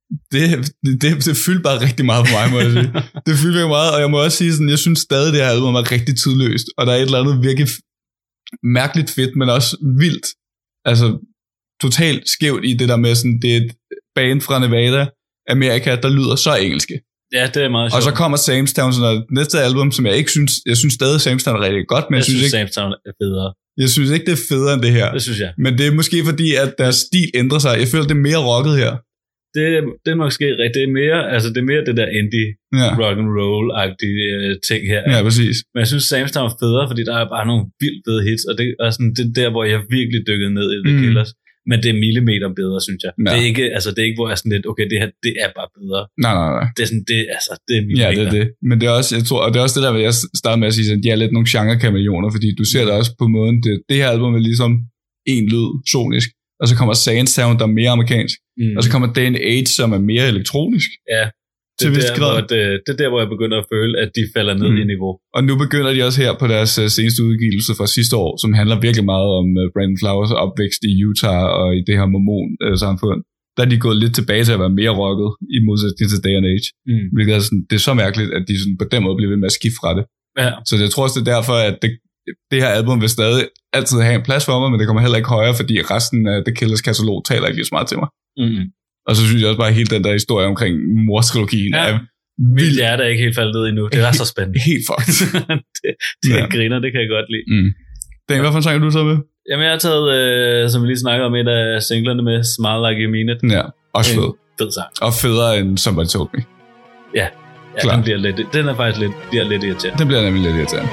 Det fyldte bare rigtig meget for mig, må jeg sige. Det fyldte virkelig meget, og jeg må også sige sådan, jeg synes stadig, det her album er rigtig tidløst, og der er et eller andet virkelig mærkeligt fedt, men også vildt. Altså totalt skævt i det der med sådan, det er et band fra Nevada, Amerika, der lyder så engelske. Ja, det er meget sjovt. Og så kommer Samstown, sådan noget næste album, som jeg ikke synes, jeg synes stadig Samstown er rigtig godt, men jeg synes ikke, Samstown er federe. Jeg synes ikke, det er federe end det her. Det synes jeg. Men det er måske fordi, at deres stil ændrer sig. Jeg føler, det er mere rocket her. Det er måske rigtigt. Det er mere det der indie rock and roll-agtige ting her. Ja, præcis. Men jeg synes, Samstown er federe, fordi der er bare nogle vildt fede hits, og det er sådan, det er der, hvor jeg virkelig dykkede ned i The Killers. Men det er millimeter bedre, synes jeg. Ja. Det er ikke, hvor jeg er sådan lidt, okay, det her, det er bare bedre. Nej. Det er sådan, det er millimeter. Ja, det er det. Men det er også, jeg tror, og det er også det der, jeg startede med at sige, at de er lidt nogle genre-kameleoner, fordi du ser det også på måden, det her album er ligesom en lyd, sonisk, og så kommer Samstown, der er mere amerikansk, og så kommer Day and Age, som er mere elektronisk. Ja. Det er der, hvor jeg begynder at føle, at de falder ned i niveau. Og nu begynder de også her på deres seneste udgivelse fra sidste år, som handler virkelig meget om Brandon Flowers opvækst i Utah og i det her mormon-samfund. der er de gået lidt tilbage til at være mere rocket, i modsætning til Day and Age. Hvilket er sådan, det er så mærkeligt, at de sådan på den måde bliver ved med at skifte fra det. Ja. Så jeg tror også, det er derfor, at det her album vil stadig altid have en plads for mig, men det kommer heller ikke højere, fordi resten af The Killers katalog taler ikke lige så meget til mig. Og så synes jeg også bare, at hele den der historie omkring morstrilogien er Mit hjerte er ikke helt faldet ned endnu. Det er så spændende. Helt fucked. det griner, det kan jeg godt lide. Dan, hvad for en sang er du så med? Jamen, jeg har taget, som vi lige snakkede om, et af singlerne med Smile Like You Mean It. Ja, også fed. Fed sang. Og federe end Somebody Told Me. Ja, den er faktisk bliver lidt irriterende. Den bliver nemlig lidt irriterende.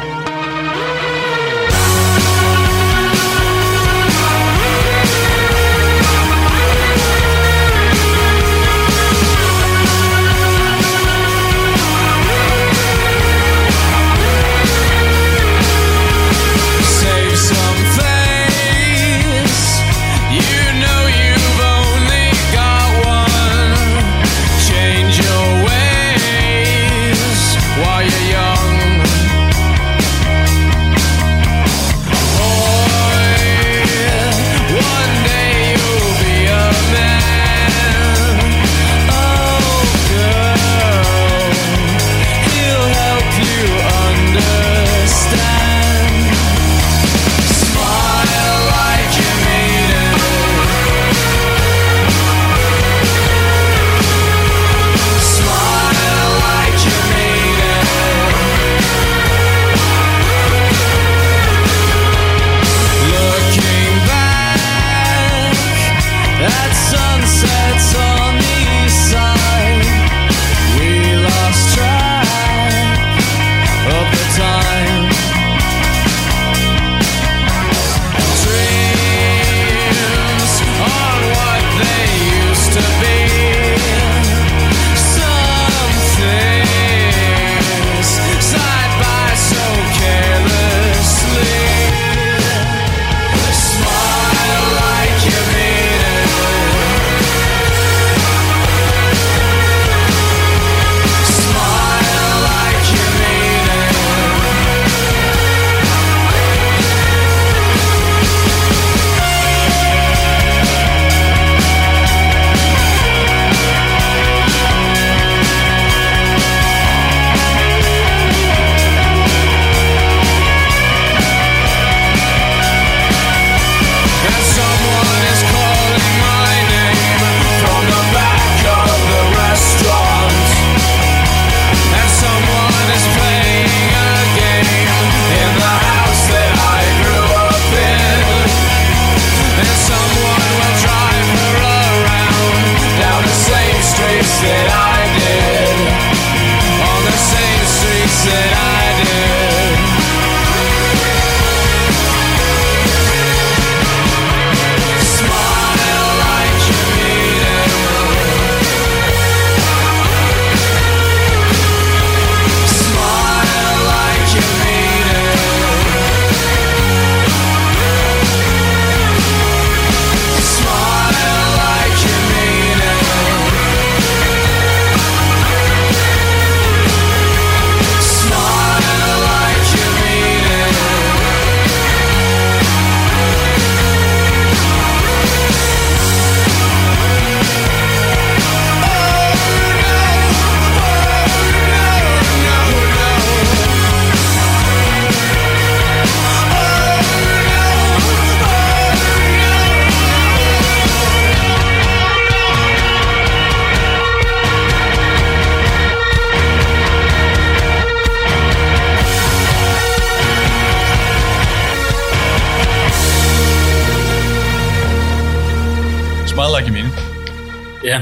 Ja,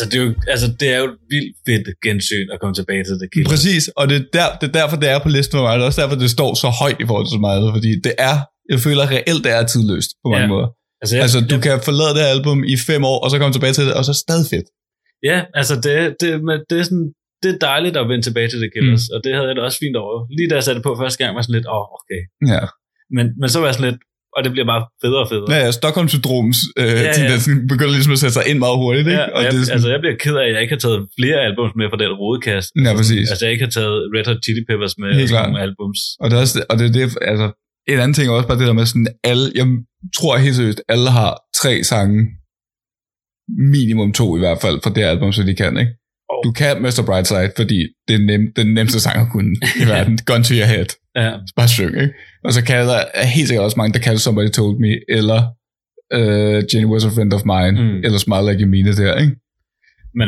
det er jo et vildt fedt gensyn at komme tilbage til det Killers. Præcis, og det er derfor, det er på listen for mig. Det er også derfor, det står så højt i forhold til så meget, fordi det er, jeg føler reelt, det er tidløst på mange måder. Altså, du kan forlade det album i 5 år, og så komme tilbage til det, og så er det stadig fedt. Ja, altså det er sådan, det er dejligt at vende tilbage til det Killers, og det havde jeg da også fint over. Lige da jeg satte det på første gang, var sådan lidt, okay. Ja. Men så var jeg sådan lidt, og det bliver bare federe og federe. Ja, Stockholm-syndroms begynder ligesom at sætte sig ind meget hurtigt, ikke? Ja, og jeg bliver ked af, at jeg ikke har taget flere albums med fra den rodekast. Ja, præcis. Altså, jeg ikke har taget Red Hot Chili Peppers med nogle albums. Og det er også, og det er det, altså, en anden ting er også bare det der med sådan, jeg tror helt seriøst, alle har 3 sange, minimum 2 i hvert fald for det album, så de kan, ikke? Du kan Mr. Brightside, fordi det er den nemmeste sang at kunne i verden. Gun to your head. Ja. Bare syng, ikke? Og så kan der helt sikkert også mange, der kan Somebody Told Me, eller Jenny Was a Friend of Mine, eller Smile Like You Mean It der, ikke? Men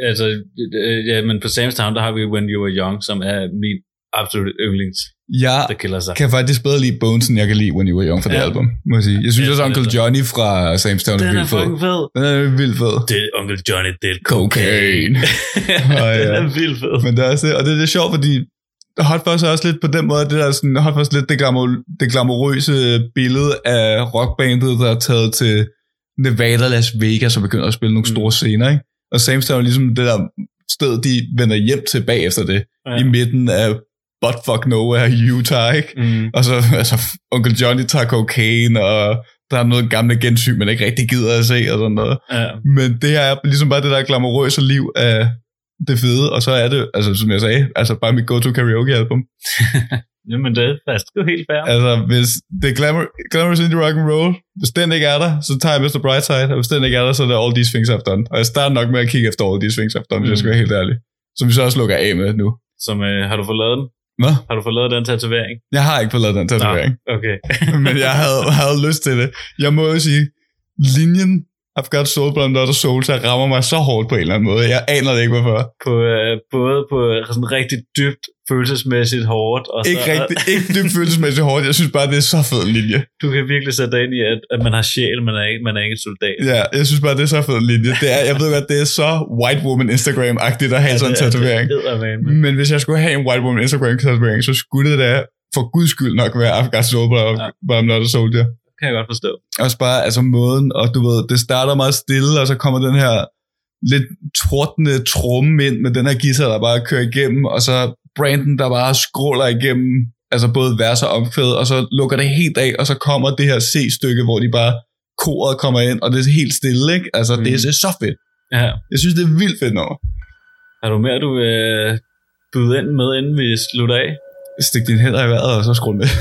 men på Samstown, der har vi When You Were Young, som er min absolut yndlings. Jeg kan faktisk bedre lide Bones, end jeg kan lide When You Were Young for det album, må jeg sige. Jeg synes også, Uncle Johnny fra Samstown er vildt fed. Den er vildt fed. Det Uncle Johnny did cocaine. Den er vildt fed. Men det er også det, og det er lidt sjovt, fordi Hot Fuzz er også lidt på den måde, det der sådan, Hot Fuzz lidt det glamourøse billede af rockbandet, der er taget til Nevada, Las Vegas og begynder at spille nogle store scener, ikke? Og Samstown er ligesom det der sted, de vender hjem til bagefter det, i midten af buttfuck nowhere, Utah, ikke? Og så Uncle Johnny tager cocaine, og der er noget gamle gensyn, man ikke rigtig gider at se, og sådan noget. Ja. Men det her er ligesom bare det der glamourøse liv af det fede, og så er det, altså som jeg sagde, altså bare mit go-to karaoke-album. Jamen det er fast jo helt fair. Altså hvis det er Glamorous Indie Rock and Roll, hvis den ikke er der, så tager jeg Mr. Brightside, og hvis den ikke er der, så er det All These Things I've Done. Og jeg starter nok med at kigge efter All These Things I've Done, hvis jeg skal være helt ærlig. Som vi så også lukker af med nu. Som, har du fået lavet den? Hvad? Har du fået lavet den tatovering? Jeg har ikke fået lavet den tatovering. Okay. Men jeg havde lyst til det. Jeg må jo sige, linjen I've got soul, but I'm not a soul, så rammer mig så hårdt på en eller anden måde. Jeg aner det ikke, hvorfor. Både på sådan rigtig dybt følelsesmæssigt hårdt. Og ikke dybt følelsesmæssigt hårdt. Jeg synes bare, det er så fed en linje. Du kan virkelig sætte dig ind i, at man har sjæl, man er ikke en soldat. Ja, jeg synes bare, det er så fed en linje. Jeg ved godt, det er så white woman Instagram-agtigt at have sådan en tatovering. Men hvis jeg skulle have en white woman Instagram-tatovering, så skulle det da for guds skyld nok være I've got soul, but I'm not a soldier. Kan jeg godt forstå. Også bare, altså måden, og du ved, det starter meget stille, og så kommer den her lidt tordende tromme ind med den her guitar, der bare kører igennem, og så Brandon, der bare scroller igennem, altså både vers og omkvæd, og så lukker det helt af, og så kommer det her C-stykke, hvor de bare koret kommer ind, og det er helt stille, ikke? Altså, det er så fedt. Ja. Jeg synes, det er vildt fedt nummer. Har du mere, du byde ind med, inden vi slutter af? Stik dine hænder i vejret, og så skru med.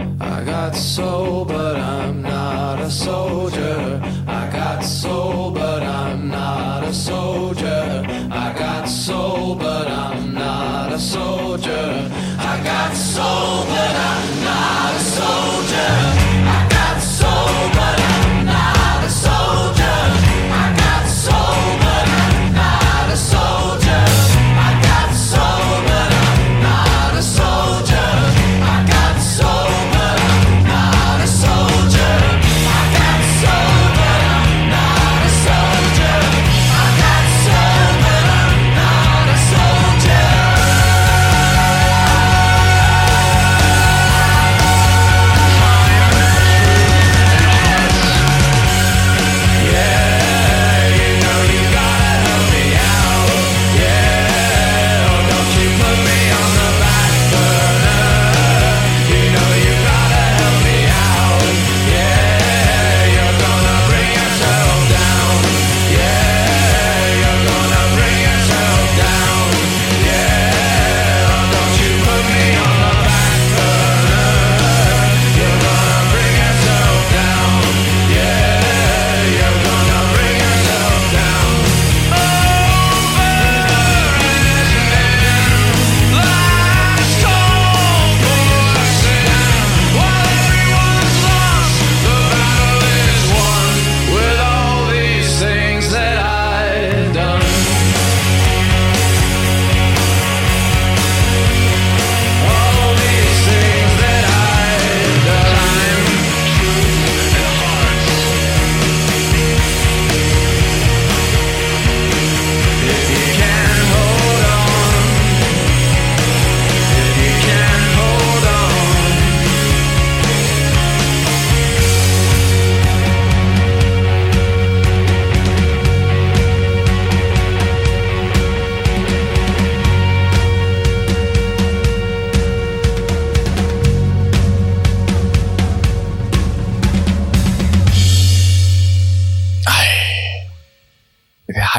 got soul, but I'm not a soldier. I got soul, but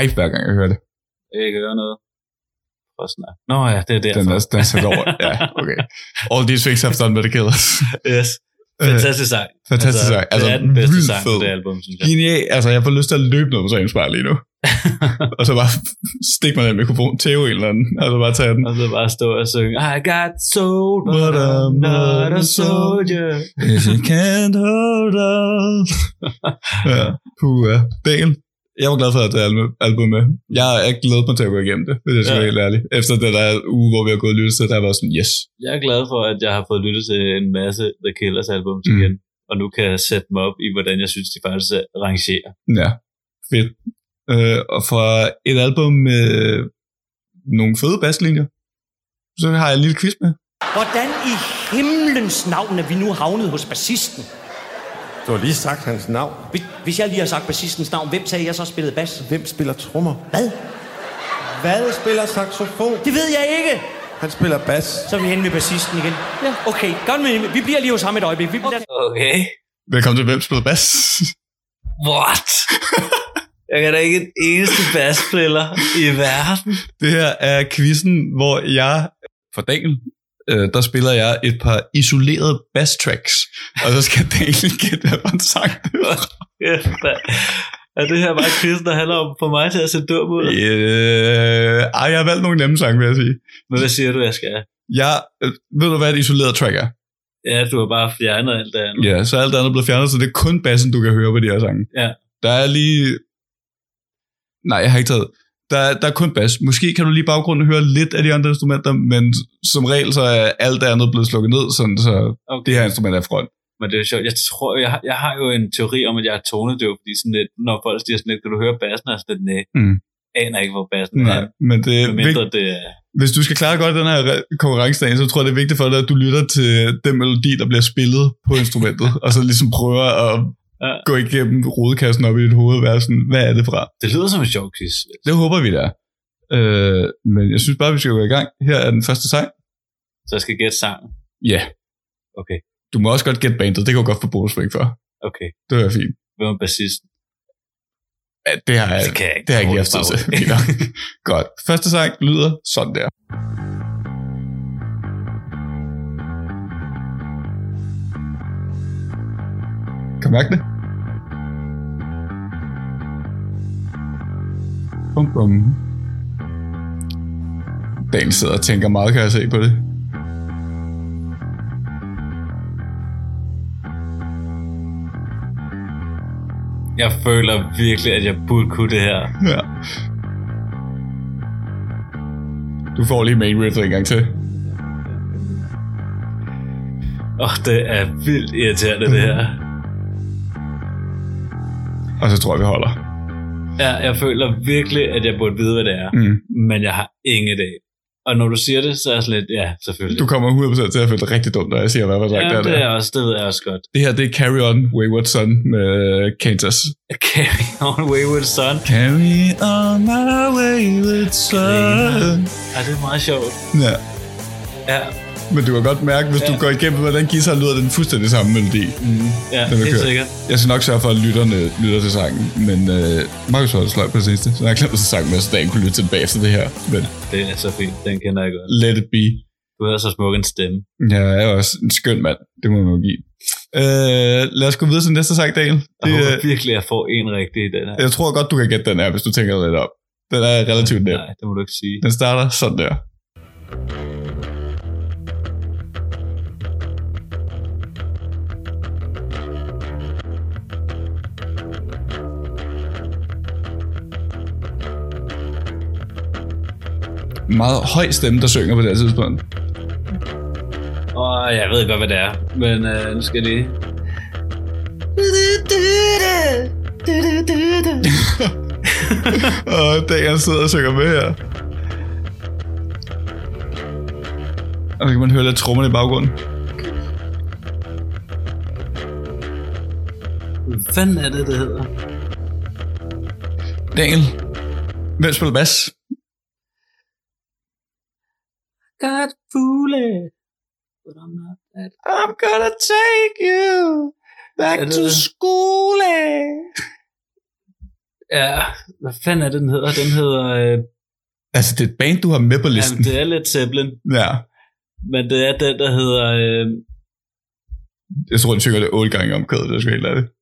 hype, hver gang jeg hører det. Jeg kan ikke høre noget. Prøv at snakke. Nå ja, det er derfor. Den er sat over. Ja, okay. All these things have done better kill us. Yes. Fantastisk sang. Fantastisk sang. Altså, det er den bedste sang fed. på det album, synes jeg. Genial. Altså, jeg får lyst til at løbe noget på Samspar lige nu. Og så bare stikke mig den mikrofon til en eller anden, og så bare tage den. Og så bare stå og synge, I got soul, but I'm not a soldier. If you can't hold on. Ja, puha. Daniel, jeg var glad for at tage album med. Jeg er glædet mig til at gå igennem det, hvis jeg skal være helt ærlig. Efter den der uge, hvor vi har gået og lyttet til, der var sådan, yes. Jeg er glad for, at jeg har fået lyttet til en masse The Killers albums igen. Og nu kan jeg sætte mig op i, hvordan jeg synes, de faktisk rangerer. Ja, fedt. Og fra et album med nogle fede basslinjer, så har jeg en lille quiz med. Hvordan i himlens navn er vi nu havnet hos bassisten? Du har lige sagt hans navn. Hvis jeg lige har sagt bassistens navn, hvem sagde jeg så spillede bas? Hvem spiller trommer? Hvad? Hvad spiller saxofon? Det ved jeg ikke. Han spiller bas. Så er vi henne med bassisten igen. Ja. Okay, godt med. Vi bliver lige hos ham et øjeblik. Okay. Velkommen til Hvem spiller bas? What? Jeg kan da ikke en eneste bassspiller i verden. Det her er quizzen, hvor jeg for Daniel, der spiller jeg et par isolerede bass tracks, og så skal Daniel gætte, hvad for en sang det er. Er det her bare quizzen, der handler om for mig til at se dum ud? Jeg har valgt nogle nemme sange, vil jeg sige. Men hvad siger du, jeg skal? Ved du, hvad et isoleret track er? Ja, du har bare fjernet alt det andet. Ja, så alt det andet er blevet fjernet, så det er kun bassen, du kan høre på de her sange. Ja. Der er lige... Nej, jeg har ikke taget... Der er kun bas. Måske kan du lige i baggrunden høre lidt af de andre instrumenter, men som regel så er alt det andet blevet slukket ned, sådan så det her instrument er front. Men det er jo sjovt. Jeg tror, jeg har jo en teori om, at jeg er tonedøv, fordi sådan lidt, når folk siger sådan lidt, kan du høre bassen, og sådan lidt, aner ikke, hvor bassen er. Men det er vigtigt. Hvis du skal klare godt den her konkurrencedag, så tror jeg, det er vigtigt for dig, at du lytter til den melodi, der bliver spillet på instrumentet, og så ligesom prøver at gå igennem rodekassen op i dit hoved og være sådan, hvad er det fra? Det lyder som en sjov quiz. Det håber vi da. Men jeg synes bare, vi skal gå i gang. Her er den første sang. Så jeg skal gætte sangen? Ja. Yeah. Okay. Du må også godt gætte bandet. Det kan du godt få bonuspoint for. Okay. Det er fint. Hvem er bassisten? Ja, det har jeg ikke haft tid til. Godt. Første sang lyder sådan der. Kan du mærke det? Bum, bum. Daniel sidder og tænker meget, kan jeg se på det. Jeg føler virkelig, at jeg burde kunne det her. Ja. Du får lige main riff en gang til. Det er vildt irriterende, det her. Og så tror jeg, vi holder. Ja, jeg føler virkelig, at jeg burde vide, hvad det er. Men jeg har ingen idé. Og når du siger det, så er jeg sådan lidt, ja, selvfølgelig. Du kommer 100% til at føle dig rigtig dumt, når jeg siger, hvad var sagt der. Det ved jeg også godt. Det her, det er Carry On Wayward Son med Kansas. Carry On Wayward Son. Carry on my wayward son. Ja, det er meget sjovt. Ja. Ja. Men du kan godt mærke, hvis du går igennem, hvordan guitar lyder, den fuldstændig samme melodi. Ja, helt sikkert. Jeg skal nok sørge for, at lytterne lytter til sangen, men Markus var sløj på det seneste, så jeg har glemt at sange med, så dagen kunne lytte til bagefter det her. Men det er så fint, den kender jeg godt. Let it be. Du har så smuk en stemme. Ja, jeg er også en skøn mand, det må man jo give. Lad os gå videre til næste sang, Daniel. Jeg håber virkelig, at jeg får en rigtig i den her. Jeg tror godt, du kan gætte den her, hvis du tænker lidt op. Den er relativt nem. Nej, det må du ikke sige. Den starter sådan der. Meget høj stemme, der synger på det her tidspunkt. Jeg ved godt, hvad det er, men nu skal jeg lige... Daniel sidder og synger med her. Og så kan man høre lidt trommerne i baggrunden. Hvad fanden er det hedder? Daniel, hvem spiller bas? Got fooled, but I'm not that. I'm gonna take you back to school. Ja, hvad fanden er det, den hedder? Den hedder... Altså, det er et band, du har med på listen. Jamen, det er lidt Zeppelin. Ja. Men det er den, der hedder... Jeg tror, de synger det 8 gange om kødet, det skal helt lade det.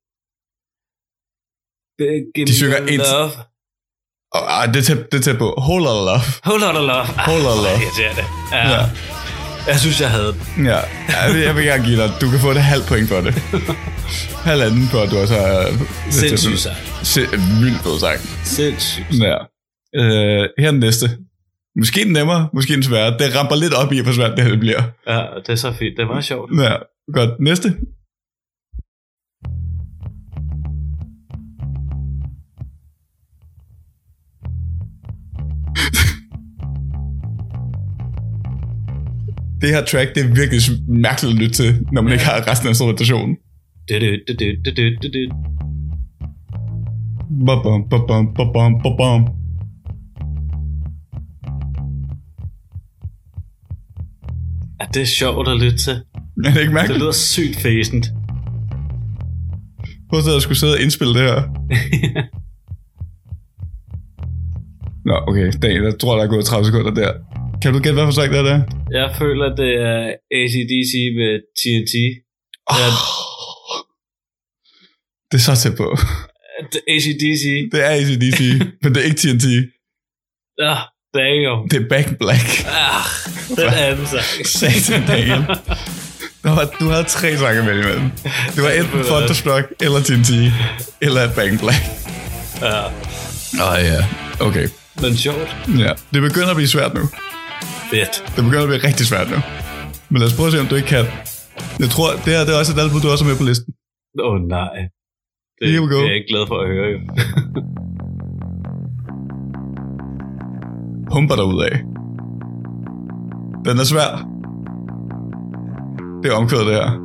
De synger et... Love. Det er på Whole Lotta Love. Whole Lotta Love. Whole Lotta Love. Det er det. Ja. Jeg synes, jeg havde den. Ja, jeg vil gerne give dig. Du kan få det halvt point for det. Halvanden for, at du også har... Sindssygt sagt. Vildt fed sagt. Sindssygt. Ja. Her er den næste. Måske den nemmere, måske den sværere. Det ramper lidt op i, hvor svært det her bliver. Ja, det er så fint. Det var sjovt. Ja, godt. Næste. Det her track, det er virkelig mærkeligt at lytte til, når man ikke har resten af instrumentationen. Ba-bum. Ja, det er sjovt at lytte til. Er det ikke mærkeligt? Det lyder sygt fæsent. Prøv at skulle sidde og indspille det her. Nå, okay. Daniel, jeg tror, der er gået 30 sekunder der. Kan du gætte, hvad for sagt det er? Jeg føler, det er AC/DC med TNT. Det er så tæt på. AC/DC. Det er AC/DC, men det er ikke TNT. Ja, damn. Det er Back in Black. Den anden sang. Satan, Daniel. Du havde 3 sange med imellem. Det var enten Thunderstruck, eller TNT, eller Back in Black. Ja. Ja. Okay. Men sjovt. Ja. Det begynder at blive svært nu. Fedt. Det begynder at blive rigtig svært nu. Men lad os prøve at se, om du ikke kan. Jeg tror, det er også et album, du også er med på listen. Nej. Det Here we go. er jeg ikke glad for at høre, jo. Pumper dig ud af. Den er svær. Det er omkvædet, det her.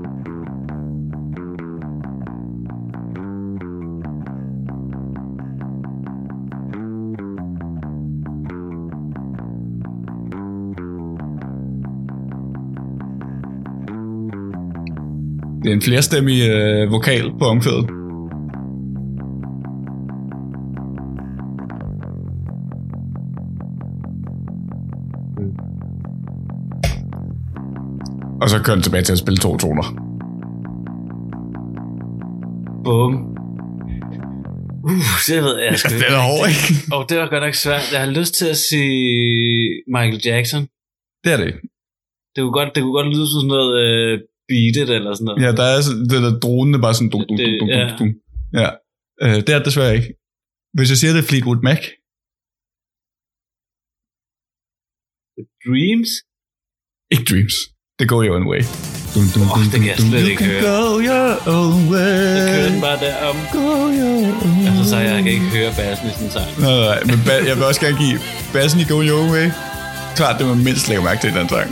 Det er en flerstemmig vokal på omkvædet. Og så kører den tilbage til at spille 2 toner. Bum. Det ved jeg sgu Det er hårdt, ikke? det var godt nok svært. Jeg har lyst til at sige Michael Jackson. Det er det ikke. Det kunne godt lyde som sådan noget beatet eller sådan noget. Ja, der er det der dronende bare sådan... Ja. Det er det desværre ikke. Hvis jeg siger, det er Fleetwood Mac. Dreams? Ikke Dreams. Det går your own way. Det kan jeg slet ikke høre. Go your own way. Jeg kører den bare derom. Go your own way. Altså, så jeg kan ikke høre bassen i sådan en sang. Nej, men jeg vil også gerne give bassen i Go Your Own Way. Klart, det var mindst lægge mærke til i den sang.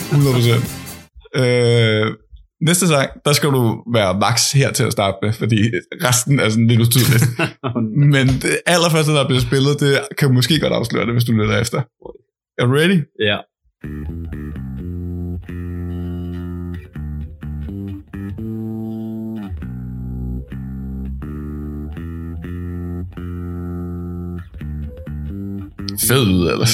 100%. Næste sang, der skal du være max her til at starte med, fordi resten er sådan lidt utydeligt. Men det allerførste, der bliver spillet, det kan måske godt afsløre det, hvis du lytter efter. Er du ready? Ja. Fed lyd ellers.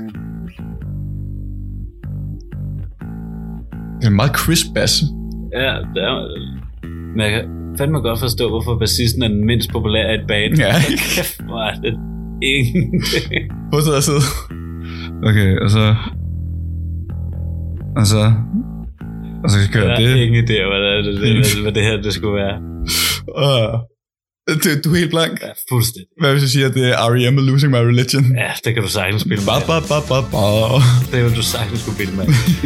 Det er en meget crisp bass. Ja, det er. Men jeg kan fandme godt forstå, hvorfor bassisten er den mindst populære i et band. Ja. Kæft, hvor er det ingenting. Prøv at sidde. Okay, og så kører Jeg det. har ingen idé, hvad det her det skulle være. Du er helt blank. Ja, fuldstændig. Hvad hvis jeg siger, at det er R.E.M. med Losing My Religion? Ja, det kan du sagtens spille med. Det vil du sagtens skulle spille med.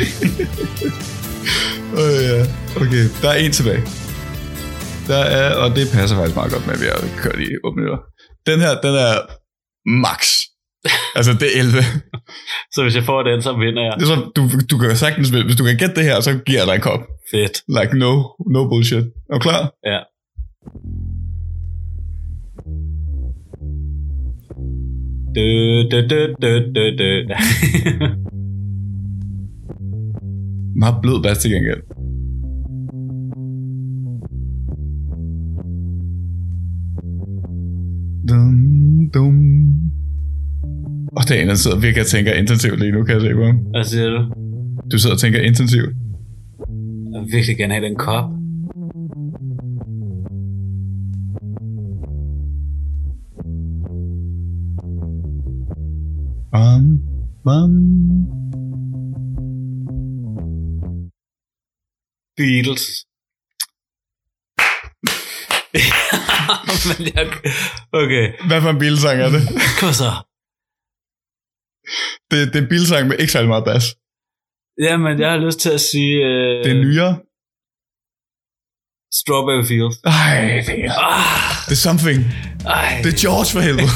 Ja. Okay, der er en tilbage. Der er, og det passer faktisk meget godt med, at vi har kørt i 8 minutter. Den her, den er max. Altså, det er 11. Så hvis jeg får den, så vinder jeg. Det er så, du kan sagtens, hvis du kan gætte det her, så giver jeg dig en kop. Fedt. Like no bullshit. Er du klar? Ja. Meget blød bass til gengæld. Daniel sidder virkelig og tænker intensivt lige nu, kan jeg se på ham. Hvad siger du? Du sidder og tænker intensivt. Jeg vil virkelig gerne have den kop. Beatles. Men okay. Hvad for en Beatles-sang er det? Hvad så? Det er en Beatles-sang med ikke særlig meget bas. Jamen, jeg har lyst til at sige... Det er nyere. Strawberry Fields. Ej, det er... Det er something. Ej. Det er George for helvede.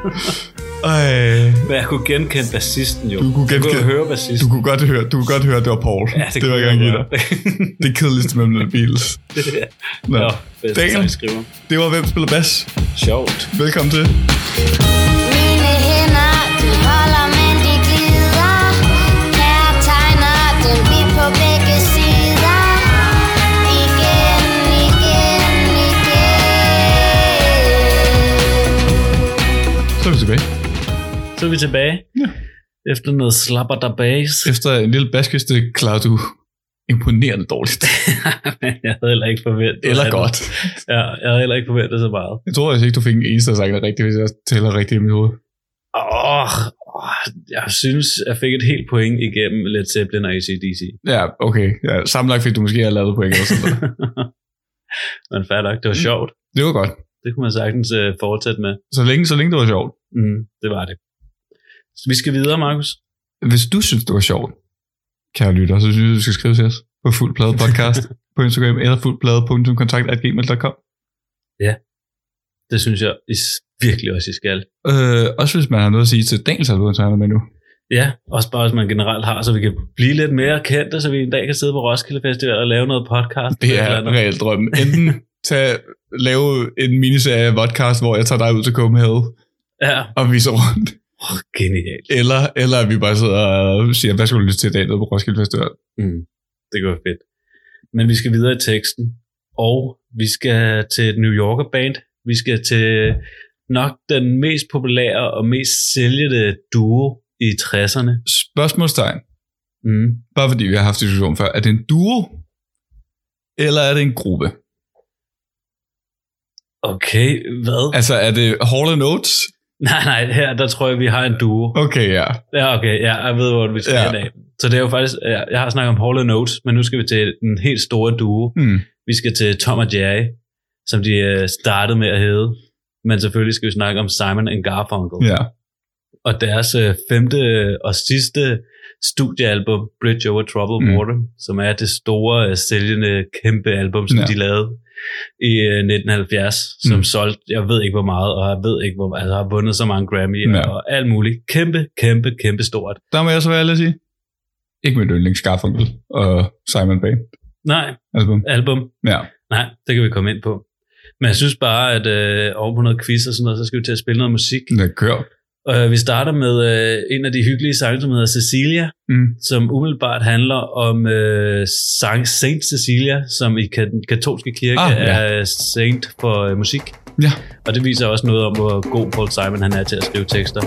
Men jeg kunne genkende bassisten jo. Du kunne høre bassisten. Du kunne godt høre, at det var Paul. Ja, det var jeg gerne give dig. Det er kedeligste med den Beatles. Nå. Daniel, det var Hvem spiller bas? Sjovt. Velkommen til. Mine hænder, de holder, men de glider. Her tegner den vi på begge sider. Igen, igen, igen. Så er vi tilbage. Så er vi tilbage. Ja. Efter noget slapper der bass. Efter en lille baskiste klarede du imponerende dårligt. Men jeg havde heller ikke forventet. Eller godt. Ja, jeg havde heller ikke forventet så meget. Jeg tror altså ikke, du fik en eneste sang rigtigt, hvis jeg tæller rigtigt i mit hoved. Jeg synes, jeg fik et helt point igennem Led Zeppelin og AC/DC. Ja, okay. Ja, sammenlagt fik du måske have lavet point eller sådan noget. Men fair nok, det var sjovt. Det var godt. Det kunne man sagtens fortsætte med. Så længe det var sjovt. Det var det. Så vi skal videre, Markus. Hvis du synes, det var sjovt, kære lytter, så synes jeg, du skal skrive til os på Fuldplade Podcast på Instagram eller fuldplade.kontakt@gmail.com. Ja, det synes jeg virkelig også, I skal. Også hvis man har noget at sige til Daniels album, så er han med nu. Ja, også bare hvis man generelt har, så vi kan blive lidt mere kendte, så vi en dag kan sidde på Roskilde Festival og lave noget podcast. Det er reelt drømmen. Enten lave en miniserie af podcast, hvor jeg tager dig ud til Copenhagen og viser rundt. Genialt. Eller at vi bare sidder og siger, hvad skulle du lytte til i dag på Roskilde Festival? Det går fedt. Men vi skal videre i teksten, og vi skal til et New Yorker band. Vi skal til nok den mest populære og mest sælgende duo i 60'erne. Spørgsmålstegn. Bare fordi vi har haft diskussion før. Er det en duo, eller er det en gruppe? Okay, hvad? Altså, er det Hall & Oates? Nej, her der tror jeg, vi har en duo. Okay, ja. Ja, okay, ja, jeg ved, hvor vi skal hen af. Så det er jo faktisk, jeg har snakket om Hall & Oates, men nu skal vi til en helt store duo. Vi skal til Tom og Jerry, som de startede med at hedde. Men selvfølgelig skal vi snakke om Simon & Garfunkel. Ja. Og deres femte og sidste studiealbum, Bridge Over Troubled Water, som er det store, sælgende, kæmpe album, som de lavede i 1970, som solgte, jeg ved ikke hvor meget, og jeg ved ikke hvor, altså har vundet så mange Grammy og alt muligt. Kæmpe stort. Der må jeg så være ærlig at sige, ikke mit yndlings Garfunkel og Simon Band. Nej, album. Ja. Nej, det kan vi komme ind på. Men jeg synes bare, at oven på noget quiz og sådan noget, så skal vi til at spille noget musik. Det kører. Vi starter med en af de hyggelige sange, som hedder Cecilia, som umiddelbart handler om Saint Cecilia, som i den katolske kirke er saint for musik. Ja. Og det viser også noget om, hvor god Paul Simon han er til at skrive tekster.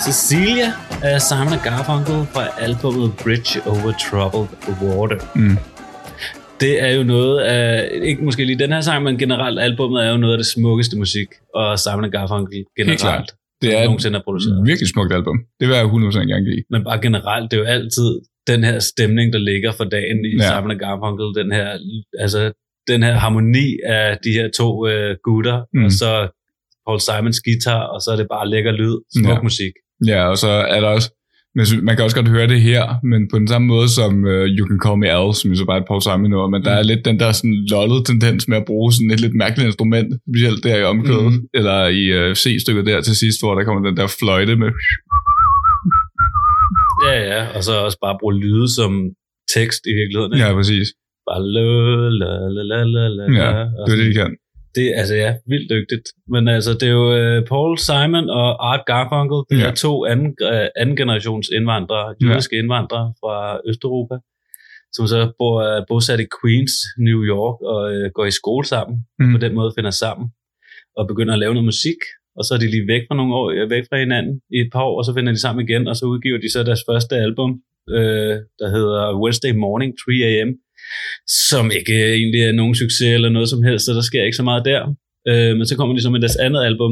Cecilia af Simon & Garfunkel fra albumet Bridge Over Troubled Water. Det er jo noget af, ikke måske lige den her sang, men generelt albumet er jo noget af det smukkeste musik, og Simon & Garfunkel generelt, det er nogensinde har produceret. Virkelig smukt album. Det vil jeg 100% gerne give. Men bare generelt, det er jo altid den her stemning, der ligger for dagen i Simon & Garfunkel, den her harmoni af de her to gutter, og så Paul Simons guitar, og så er det bare lækker lyd, smuk musik. Ja, og så er der også, man kan også godt høre det her, men på den samme måde som You Can Call Me Al, som jo så bare er et Paul Simon nummer, men der er lidt den der sådan lollede tendens med at bruge sådan et lidt mærkeligt instrument, specielt der i omkvædet, eller i C-stykket der til sidst, hvor der kommer den der fløjte med. Ja, og så også bare bruge lyde som tekst i virkeligheden. Ikke? Ja, præcis. Bare la. Ja, det er det, de kan. Det er vildt dygtigt. Men altså, det er jo Paul Simon og Art Garfunkel. Det er to anden generations indvandrere, jødiske indvandrere fra Østeuropa, som så bor bosat i Queens, New York, og går i skole sammen, og på den måde finder sammen, og begynder at lave noget musik. Og så er de lige væk fra nogle år, væk fra hinanden i et par år, og så finder de sammen igen, og så udgiver de så deres første album, der hedder Wednesday Morning, 3 a.m., som ikke egentlig er nogen succes eller noget som helst, så der sker ikke så meget der. Men så kommer de så med deres andet album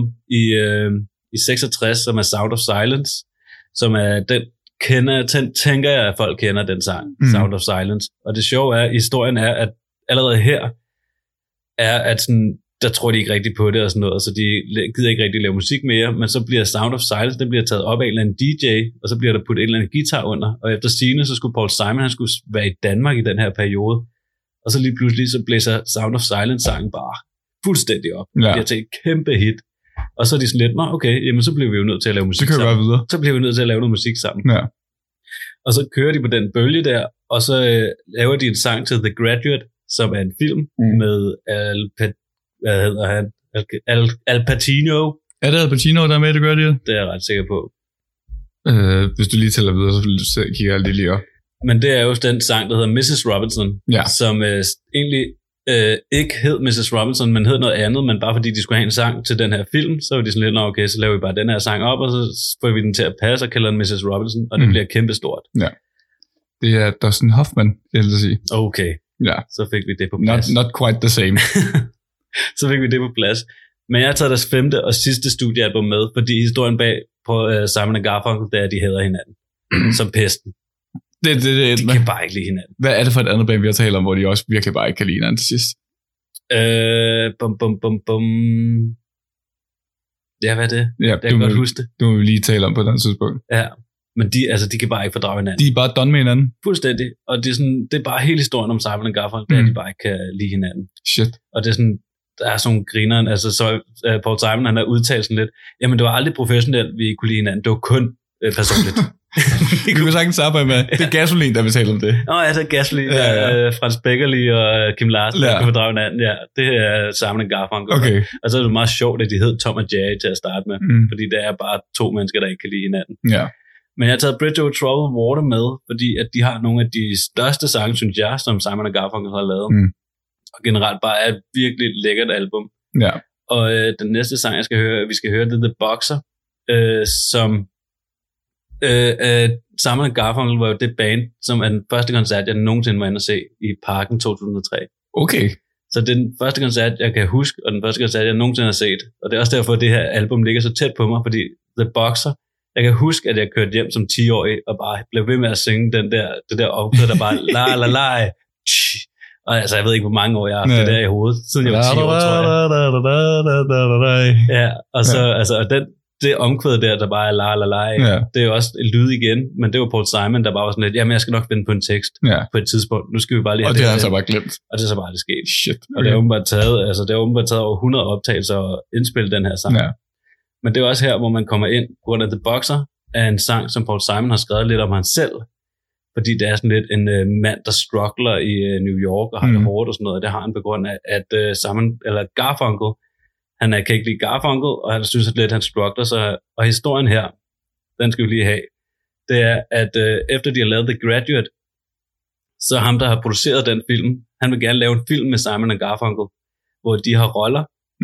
i 66, som er Sound of Silence, som er den tænker jeg, at folk kender den sang, Sound of Silence. Og det sjove er, historien er, at allerede her er, at sådan, der tror de ikke rigtigt på det og sådan noget, så de gider ikke rigtig lave musik mere, men så bliver Sound of Silence, det bliver taget op af en eller anden DJ, og så bliver der puttet en eller anden guitar under, og efter sigende, så skulle Paul Simon, han skulle være i Danmark i den her periode, og så lige pludselig, så blæser Sound of Silence-sangen bare fuldstændig op. Det bliver til et kæmpe hit, og så er de sådan lidt, okay, jamen så bliver vi jo nødt til at lave musik sammen. Så bliver vi nødt til at lave noget musik sammen. Ja. Og så kører de på den bølge der, og så laver de en sang til The Graduate, som er en film med hvad hedder han? Al Pacino. Er det Al Pacino, der er med i The Graduate? Det er jeg ret sikker på. Hvis du lige tæller videre, så kigger jeg lige op. Men det er jo den sang, der hedder Mrs. Robinson, som egentlig ikke hed Mrs. Robinson, men hed noget andet, men bare fordi de skulle have en sang til den her film, så var de sådan lidt, okay, så laver vi bare den her sang op, og så får vi den til at passe og kalder den Mrs. Robinson, og det bliver kæmpestort. Ja. Det er Dustin Hoffman, jeg vil sige. Okay, så fik vi det på plads. Not quite the same. Så fik vi det på plads. Men jeg har taget deres 5. og sidste studiealbum med, fordi historien bag på Simon & Garfunkel, det er, at de hader hinanden. Som pesten. De kan bare ikke lide hinanden. Hvad er det for et andet band, vi har talt om, hvor de også virkelig bare ikke kan lide hinanden til sidst? Ja, hvad er det? Ja, jeg kan godt huske det. Det må vi lige tale om på et andet tidspunkt. Ja, men de kan bare ikke fordrage hinanden. De er bare done med hinanden. Fuldstændig. Og det er bare hele historien om Simon & Garfunkel, det er, at de bare ikke kan lide hinanden. Shit. Og det er sådan, der er sådan nogle grineren, altså så Paul Simon, han har udtalt sådan lidt, jamen det var aldrig professionelt, vi ikke kunne lide hinanden, det var kun personligt. Vi kunne sagtens arbejde med, det er Gasolin, der vil tale om det. Ja, det er Gasolin, Frans Beckerli og Kim Larsen, der kan fordrage hinanden, det er Simon & Garfunkel. Okay. Og så er det meget sjovt, at de hed Tom og Jerry til at starte med, fordi det er bare to mennesker, der ikke kan lide hinanden. Ja. Men jeg har taget Bridge Over Troubled Water med, fordi at de har nogle af de største sange, synes jeg, som Simon & Garfunkel har lavet. Og generelt bare er et virkelig lækkert album. Ja. Og den næste sang, vi skal høre, det er The Boxer, som Simon & Garfunkel var jo det band, som er den første koncert, jeg nogensinde var inde at se i Parken 2003. Okay. Så det er den første koncert, jeg kan huske, og den første koncert, jeg nogensinde har set. Og det er også derfor, at det her album ligger så tæt på mig, fordi The Boxer, jeg kan huske, at jeg kørte hjem som 10-årig, og bare blev ved med at synge det der opkød, der bare la la la. Og altså, jeg ved ikke, hvor mange år jeg har haft det der i hovedet, siden jeg var 10 år, tror jeg. Ja, og så, altså, det omkvæd der bare er la la la, det er jo også et lyd igen, men det var Paul Simon, der bare var sådan lidt, jamen jeg skal nok finde på en tekst på et tidspunkt, nu skal vi bare lige have og det har han så bare glemt. Og det er så bare det sket. Shit. Okay. Og det er åbenbart taget over 100 optagelser og indspille den her sang. Ja. Men det er også her, hvor man kommer ind, på grund af The Boxer er en sang, som Paul Simon har skrevet lidt om han selv, fordi det er sådan lidt en mand, der struggler i New York og har det hårdt og sådan noget, og det har han på grund af, at Garfunkel, han kan ikke lide Garfunkel, og han synes lidt, at han struggler sig. Og historien her, den skal vi lige have, det er, at efter de har lavet The Graduate, så ham, der har produceret den film, han vil gerne lave en film med Simon & Garfunkel, hvor de har roller,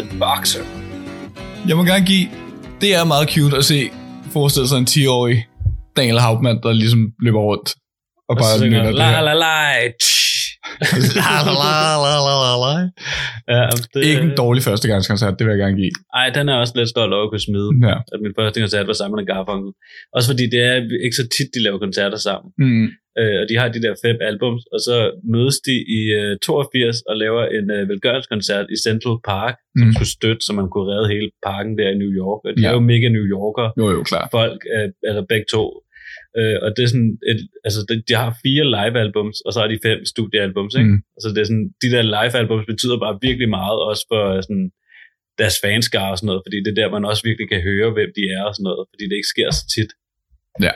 The Boxer. Jeg må gerne give, det er meget cute at se, forestille sig en 10-årig Daniel Hauptmann, der ligesom løber rundt og bare nynner det her. La. Ja, det, Ikke en dårlig førstegangskoncert, det vil jeg gerne give. Ej, den er også lidt stolt over at kunne smide. Ja. At min første koncert var sammen med Garfunkel. Også fordi det er ikke så tit, de laver koncerter sammen. Mm. Og de har de der 5 albums, og så mødes de i 82 og laver en velgørenskoncert i Central Park, som skulle støtte, så man kunne redde hele parken der i New York. Og de er jo mega New Yorker. Jo, klar. Folk, eller begge to. Og det er sådan, de har 4 live-albums, og så har de 5 studiealbums, ikke? Altså det er sådan, de der live-albums betyder bare virkelig meget, også for sådan deres fanskare og sådan noget, fordi det er der, man også virkelig kan høre, hvem de er og sådan noget, fordi det ikke sker så tit. Ja.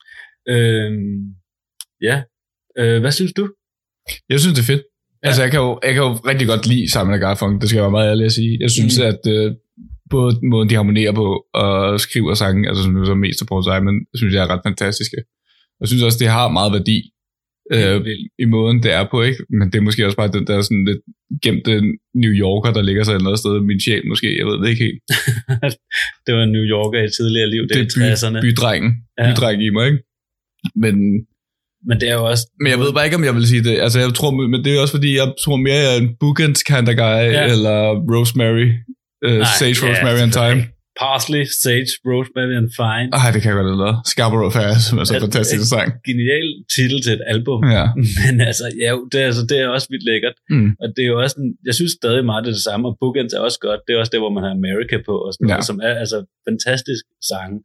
Hvad synes du? Jeg synes, det er fedt. Ja. Altså, jeg kan jo rigtig godt lide Simon & Garfunkel, det skal jeg være meget ærlig at sige. Jeg synes, at både måden, de harmonerer på og skriver sange, altså som er mest af Paul Simon, synes jeg er ret fantastiske. Jeg synes også, det har meget værdi i måden, det er på, ikke? Men det er måske også bare den der sådan lidt gemte New Yorker, der ligger sig et andet sted. Min sjæl måske, jeg ved det ikke helt. Det var New Yorker i tidligere liv, det er i 60'erne. Bydrengen i mig, ikke? Men det er jo også... Men jeg ved bare ikke, om jeg vil sige det. Altså, jeg tror, men det er også fordi, jeg tror mere, jeg er en Bookends kind of guy, eller Rosemary, Sage, Rosemary and Thyme. Parsley, Sage, Rosemary and Thyme. Det kan jeg godt lide. Scarborough Fair, som er så en fantastisk sang. Genial titel til et album. Ja. Men altså, det er også vildt lækkert. Og det er jo også jeg synes stadig meget, det er det samme, og Bookends er også godt. Det er også det, hvor man har America på, og sådan noget, som er altså fantastisk sange.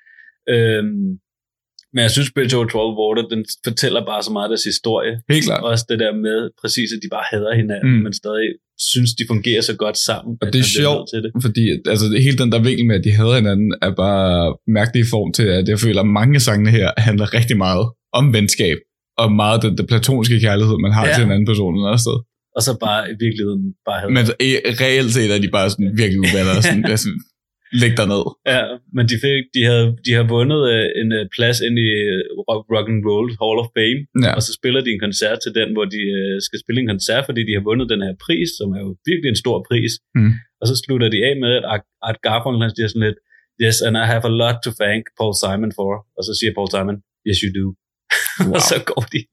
Men jeg synes, Bridge Over Troubled Water, den fortæller bare så meget af deres historie. Helt klart. Også det der med, præcis at de bare hader hinanden, men stadig synes, de fungerer så godt sammen. Og det er sjovt, fordi altså, hele den der vinkel med, at de hader hinanden, er bare mærkelig i form til, at jeg føler, at mange af sangene her handler rigtig meget om venskab, og meget den platoniske kærlighed, man har til en anden person eller andet sted. Og så bare i virkeligheden bare hader. Men reelt set er de bare sådan virkelig uvenner, sådan læg dig ned. Ja, men de har vundet en plads ind i Rock and Roll Hall of Fame, og så spiller de en koncert til den, hvor de skal spille en koncert, fordi de har vundet den her pris, som er jo virkelig en stor pris. Og så slutter de af med, at Art Garfunkel siger sådan lidt, yes, and I have a lot to thank Paul Simon for. Og så siger Paul Simon, yes you do. Wow. Og så går de.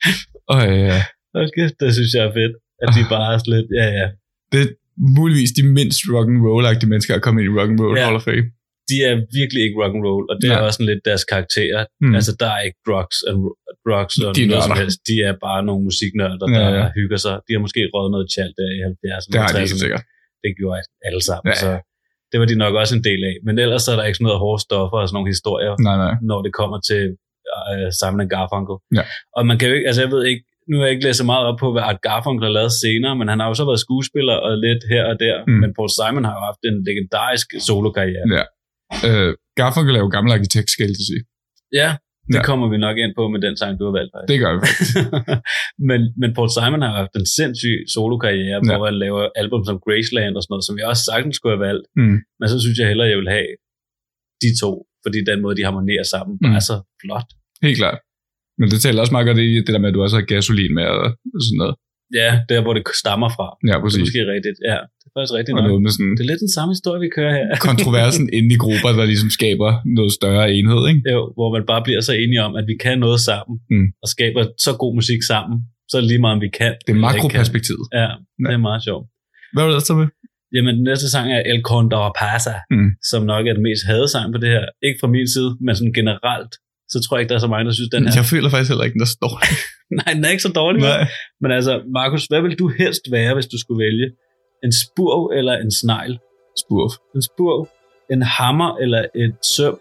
Okay, det synes jeg er fedt, at de bare er sådan lidt, Det muligvis de mindst rock'n'roll-agtige mennesker at komme ind i Rock'n'Roll Hall of Fame. De er virkelig ikke rock'n'roll, og det er også sådan lidt deres karakterer. Altså, der er ikke drugs og noget som helst. De er bare nogle musiknørder, der hygger sig. De har måske røget noget tjalt der i 70'erne. Det har de helt sikkert. Det gjorde alle sammen, så det var de nok også en del af. Men ellers er der ikke sådan noget hårde stoffer og sådan nogle historier, når det kommer til Simon & Garfunkel. Og man kan jo ikke, altså jeg ved ikke, nu har jeg ikke læst så meget op på, hvad Art Garfunkel har lavet senere, men han har jo så været skuespiller og lidt her og der, men Paul Simon har jo haft en legendarisk solokarriere. Ja. Garfunkel er jo gammel arkitekt, skal jeg sige. Ja, det kommer vi nok ind på med den sang, du har valgt, faktisk. Det gør vi faktisk. men Paul Simon har haft en sindssyg solokarriere, hvor han laver album som Graceland og sådan noget, som jeg også sagtens skulle have valgt, men så synes jeg hellere, jeg vil have de to, fordi den måde, de harmonerer sammen, er så flot. Helt klart. Men det tæller også meget godt i det der med, at du også har gasolin med og sådan noget. Ja, der hvor det stammer fra. Ja, præcis. Det er måske rigtigt. Ja, det er faktisk rigtigt nok. Med sådan det er lidt den samme historie, vi kører her. Kontroversen inde i grupper, der ligesom skaber noget større enhed, ikke? Jo, hvor man bare bliver så enige om, at vi kan noget sammen, og skaber så god musik sammen, så er det lige meget, om vi kan. Det er makroperspektivet. Ja, det er meget sjovt. Hvad var det så med? Jamen, den næste sang er El Condor Pasa, som nok er den mest hadede sang på det her. Ikke fra min side, men sådan generelt. Så tror jeg ikke, der er så mange, der synes, den her. Jeg føler faktisk heller ikke, den er så dårlig. Nej, den er ikke så dårlig. Nej. Men altså, Markus, hvad vil du helst være, hvis du skulle vælge? En spurv eller en snegl? Spurv. En spurv, en hammer eller et søm?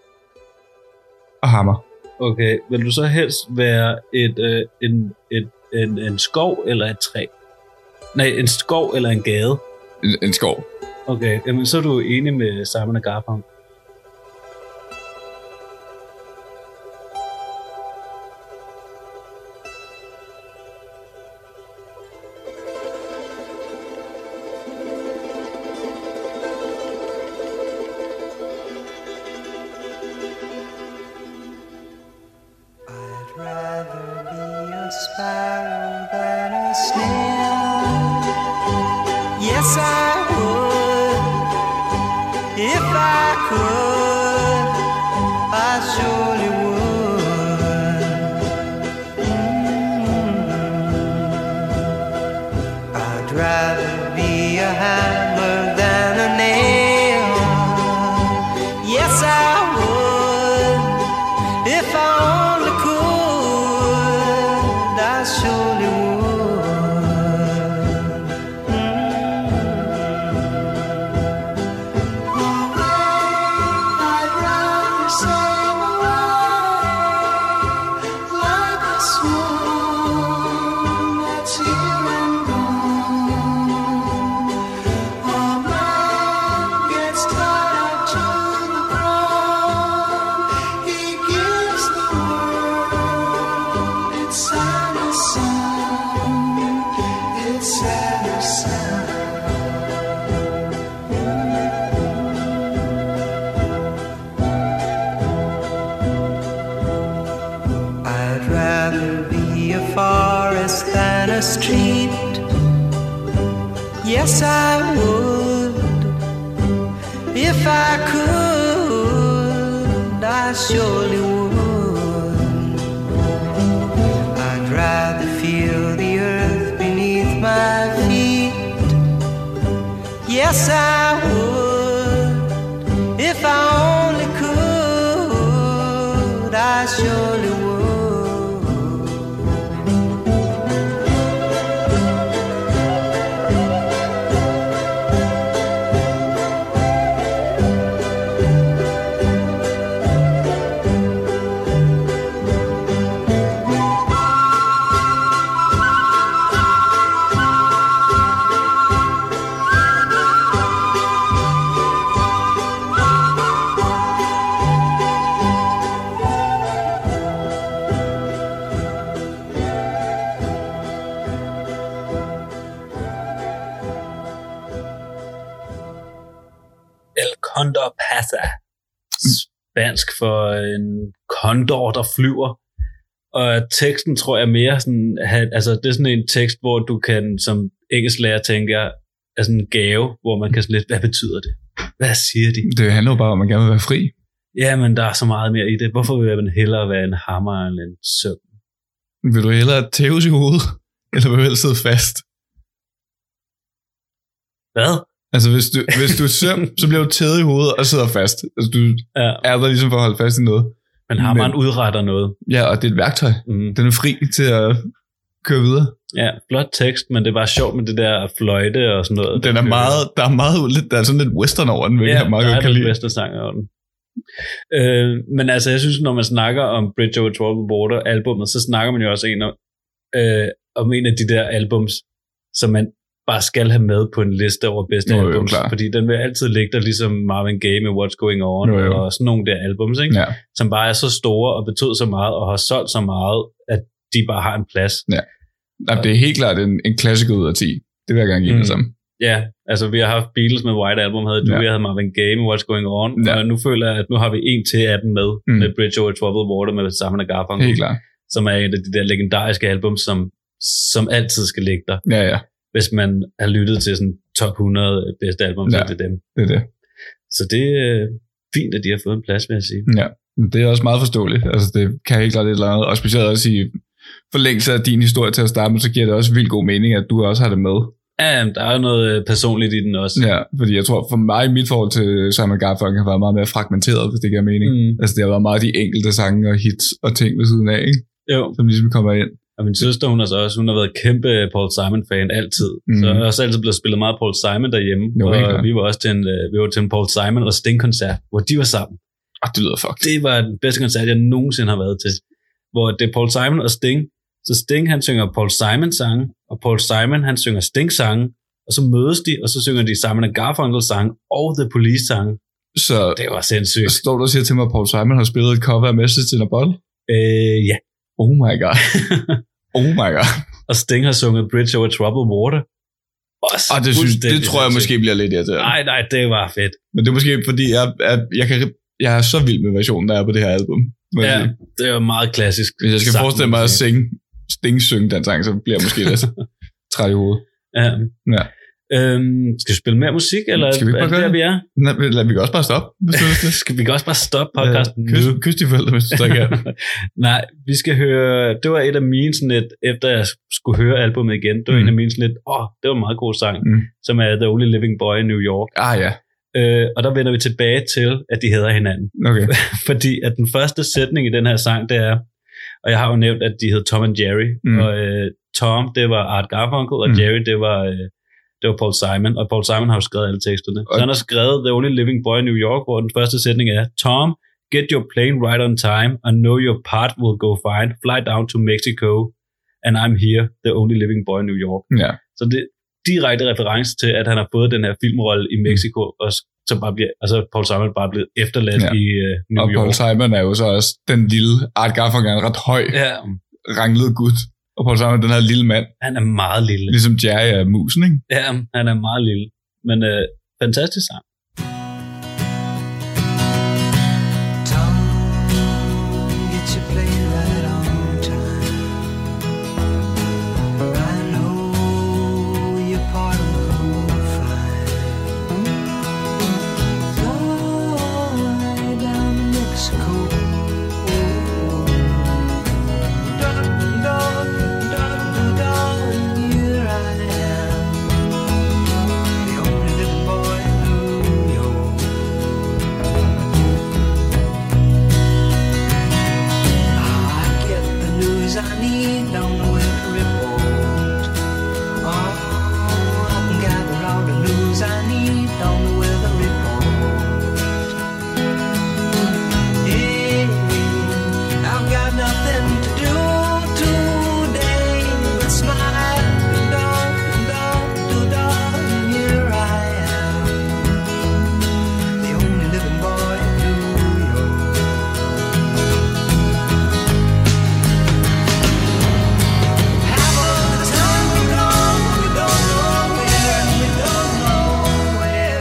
Og hammer. Okay, vil du så helst være en skov eller et træ? Nej, en skov eller en gade? En skov. Okay, jamen så er du enig med Simon & Garfunkel. Yes, I would. It's Santa Sun. It's Santa Sun. I'd rather be a forest than a street. Yes, I would. If I could, I surely would. I'd rather feel the earth beneath my feet. Yes, I would. If I only could, I surely would. El Condor Pasa. Spansk for en kondor, der flyver. Og teksten tror jeg mere sådan, altså det er sådan en tekst, hvor du kan som engelsklærer tænke, er sådan en gave, hvor man kan sådan lidt, hvad betyder det? Hvad siger de? Det handler jo bare om, at man gerne vil være fri. Ja, men der er så meget mere i det. Hvorfor vil man hellere være en hammer end en søm? Vil du hellere tæves i hovedet, eller vil du hellere sidde fast? Hvad? Altså, hvis du er søm, så bliver du tævet i hovedet og sidder fast. Altså, du er der ligesom for at holde fast i noget. Men hammeren udretter noget. Ja, og det er et værktøj. Den er fri til at køre videre. Ja, flot tekst, men det er bare sjovt med det der fløjte og sådan noget. Der er sådan lidt western over den, hvilket jeg meget godt kan lide. Ja, der er lidt western-sang over den. Men altså, jeg synes, når man snakker om Bridge Over Troubled Water albumet, så snakker man jo også om en af de der albums, som man bare skal have med på en liste over bedste albums, fordi den vil altid ligge der ligesom Marvin Gaye med What's Going On, og sådan nogle der albums, ikke? Ja. Som bare er så store og betød så meget og har solgt så meget, at de bare har en plads. Ja. Det er helt klart en klassiker ud af 10. Det vil jeg gerne give det sammen. Ja, altså vi har haft Beatles med White Album, jeg havde Marvin Gaye med What's Going On, og nu føler jeg, at nu har vi en til af dem med Bridge Over Troubled Water med Simon & Garfunkel. Helt klart. Som er et af de der legendariske albums, som altid skal ligge der. Ja, ja. Hvis man har lyttet til sådan top 100 bedste album, så er det dem. Det er det. Så det er fint, at de har fået en plads, vil jeg sige. Ja, det er også meget forståeligt. Altså det kan helt klart et eller andet, og specielt også i forlængelse af din historie til at starte med, så giver det også vildt god mening, at du også har det med. Ja, der er jo noget personligt i den også. Ja, fordi jeg tror for mig, mit forhold til Simon & Garfunkel har været meget mere fragmenteret, hvis det giver mening. Altså det har været meget de enkelte sange og hits og ting ved siden af, ikke? Jo. Som ligesom kommer ind. Og min søster, hun har været kæmpe Paul Simon-fan altid. Så jeg har også altid blevet spillet meget Paul Simon derhjemme. Jo, og vi var også til en Paul Simon og Sting-koncert, hvor de var sammen. Det lyder fucked. Det var den bedste koncert, jeg nogensinde har været til. Hvor det er Paul Simon og Sting. Så Sting, han synger Paul Simon-sange, og Paul Simon, han synger Sting-sange. Og så mødes de, og så synger de Simon & Garfunkel-sange og The Police-sange. Så det var sindssygt. Står du og siger til mig, at Paul Simon har spillet et cover af Message in a Bottle? Ja. Oh my god. Oh my god. Og Sting har sunget Bridge Over Troubled Water. Det tror jeg måske bliver lidt irriterende. Nej, det var fedt. Men det er måske fordi, jeg er så vild med versionen, der er på det her album. Ja, det er meget klassisk. Hvis jeg skal forestille mig at Sting synge den sang, så bliver jeg måske lidt træt i hovedet. Ja. Skal vi spille mere musik, eller skal vi ikke bare der, vi er? Nej, vi kan også bare stoppe. Skal vi også bare stoppe podcasten? Kys de forældre, hvis du så kan. Nej, vi skal høre, det var et af mine sådan lidt, efter jeg skulle høre albumet igen, det var en af mine sådan lidt, det var en meget god sang, som er The Only Living Boy in New York. Ja. Og der vender vi tilbage til, at de hedder hinanden. Okay. Fordi at den første sætning i den her sang, det er, og jeg har jo nævnt, at de hed Tom and Jerry, og Tom, det var Art Garfunkel, og Jerry, det var Paul Simon, og Paul Simon har jo skrevet alle teksterne. Så han har skrevet The Only Living Boy in New York, hvor den første sætning er, Tom, get your plane right on time, I know your part will go fine, fly down to Mexico, and I'm here, the only living boy in New York. Ja. Så det er direkte reference til, at han har fået den her filmrolle i Mexico, og så bare bliver, altså Paul Simon bare blevet efterladt i New York. Og Paul Simon er jo så også den lille Art Garfunkel, er ret høj. Ja. ranglet gut. Og Paul Simon, den her lille mand. Han er meget lille. Ligesom Jerry er musen, ikke? Ja, han er meget lille. Men fantastisk sang. Tom, get your plane right on time. I know you're part of the whole fine. Fly down to Mexico. Here I am, the only little boy in New York. I get the news I need on the weather report. Oh, I can gather all the news I need on the weather report. Hey, I've got nothing to do today but smile and here I am, the only living boy in New York. Half of the time we're gone, we don't know where, and we don't know where.